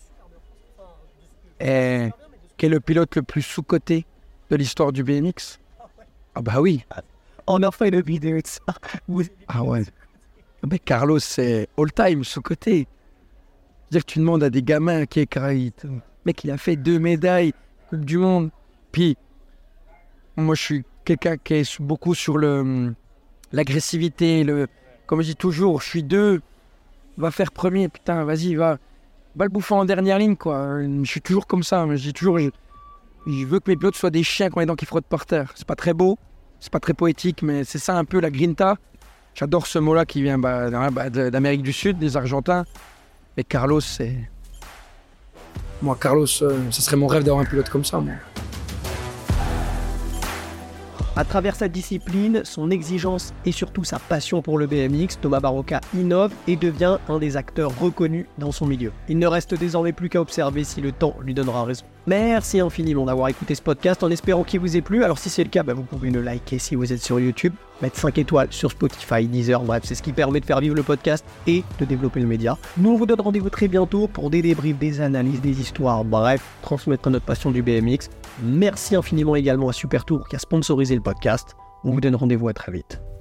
et qui est le pilote le plus sous-coté de l'histoire du B M X. Ah bah oui. On a fait une vidéo de ça. Ah ouais. Mais Carlos, c'est all-time sous-coté. Dire que tu demandes à des gamins qui est carré, mec, il a fait deux médailles, Coupe du Monde. Puis, moi, je suis quelqu'un qui est beaucoup sur le, l'agressivité. Le, comme je dis toujours, je suis deux, va faire premier, putain, vas-y, va. balle bouffant en dernière ligne, quoi. Je suis toujours comme ça. J'ai toujours, je, je veux que mes pilotes soient des chiens qui ont les dents qui frottent par terre. C'est pas très beau, c'est pas très poétique, mais c'est ça un peu la grinta. J'adore ce mot-là qui vient bah, d'Amérique du Sud, des Argentins. Mais Carlos, c'est... Moi, Carlos, euh, ce serait mon rêve d'avoir un pilote comme ça, moi. À travers sa discipline, son exigence et surtout sa passion pour le B M X, Thomas Barocca innove et devient un des acteurs reconnus dans son milieu. Il ne reste désormais plus qu'à observer si le temps lui donnera raison. Merci infiniment d'avoir écouté ce podcast en espérant qu'il vous ait plu. Alors si c'est le cas, bah, vous pouvez le liker si vous êtes sur YouTube, mettre cinq étoiles sur Spotify, Deezer, bref, c'est ce qui permet de faire vivre le podcast et de développer le média. Nous, on vous donne rendez-vous très bientôt pour des débriefs, des analyses, des histoires, bref, transmettre notre passion du B M X. Merci infiniment également à Super Tour qui a sponsorisé le podcast. On vous donne rendez-vous à très vite.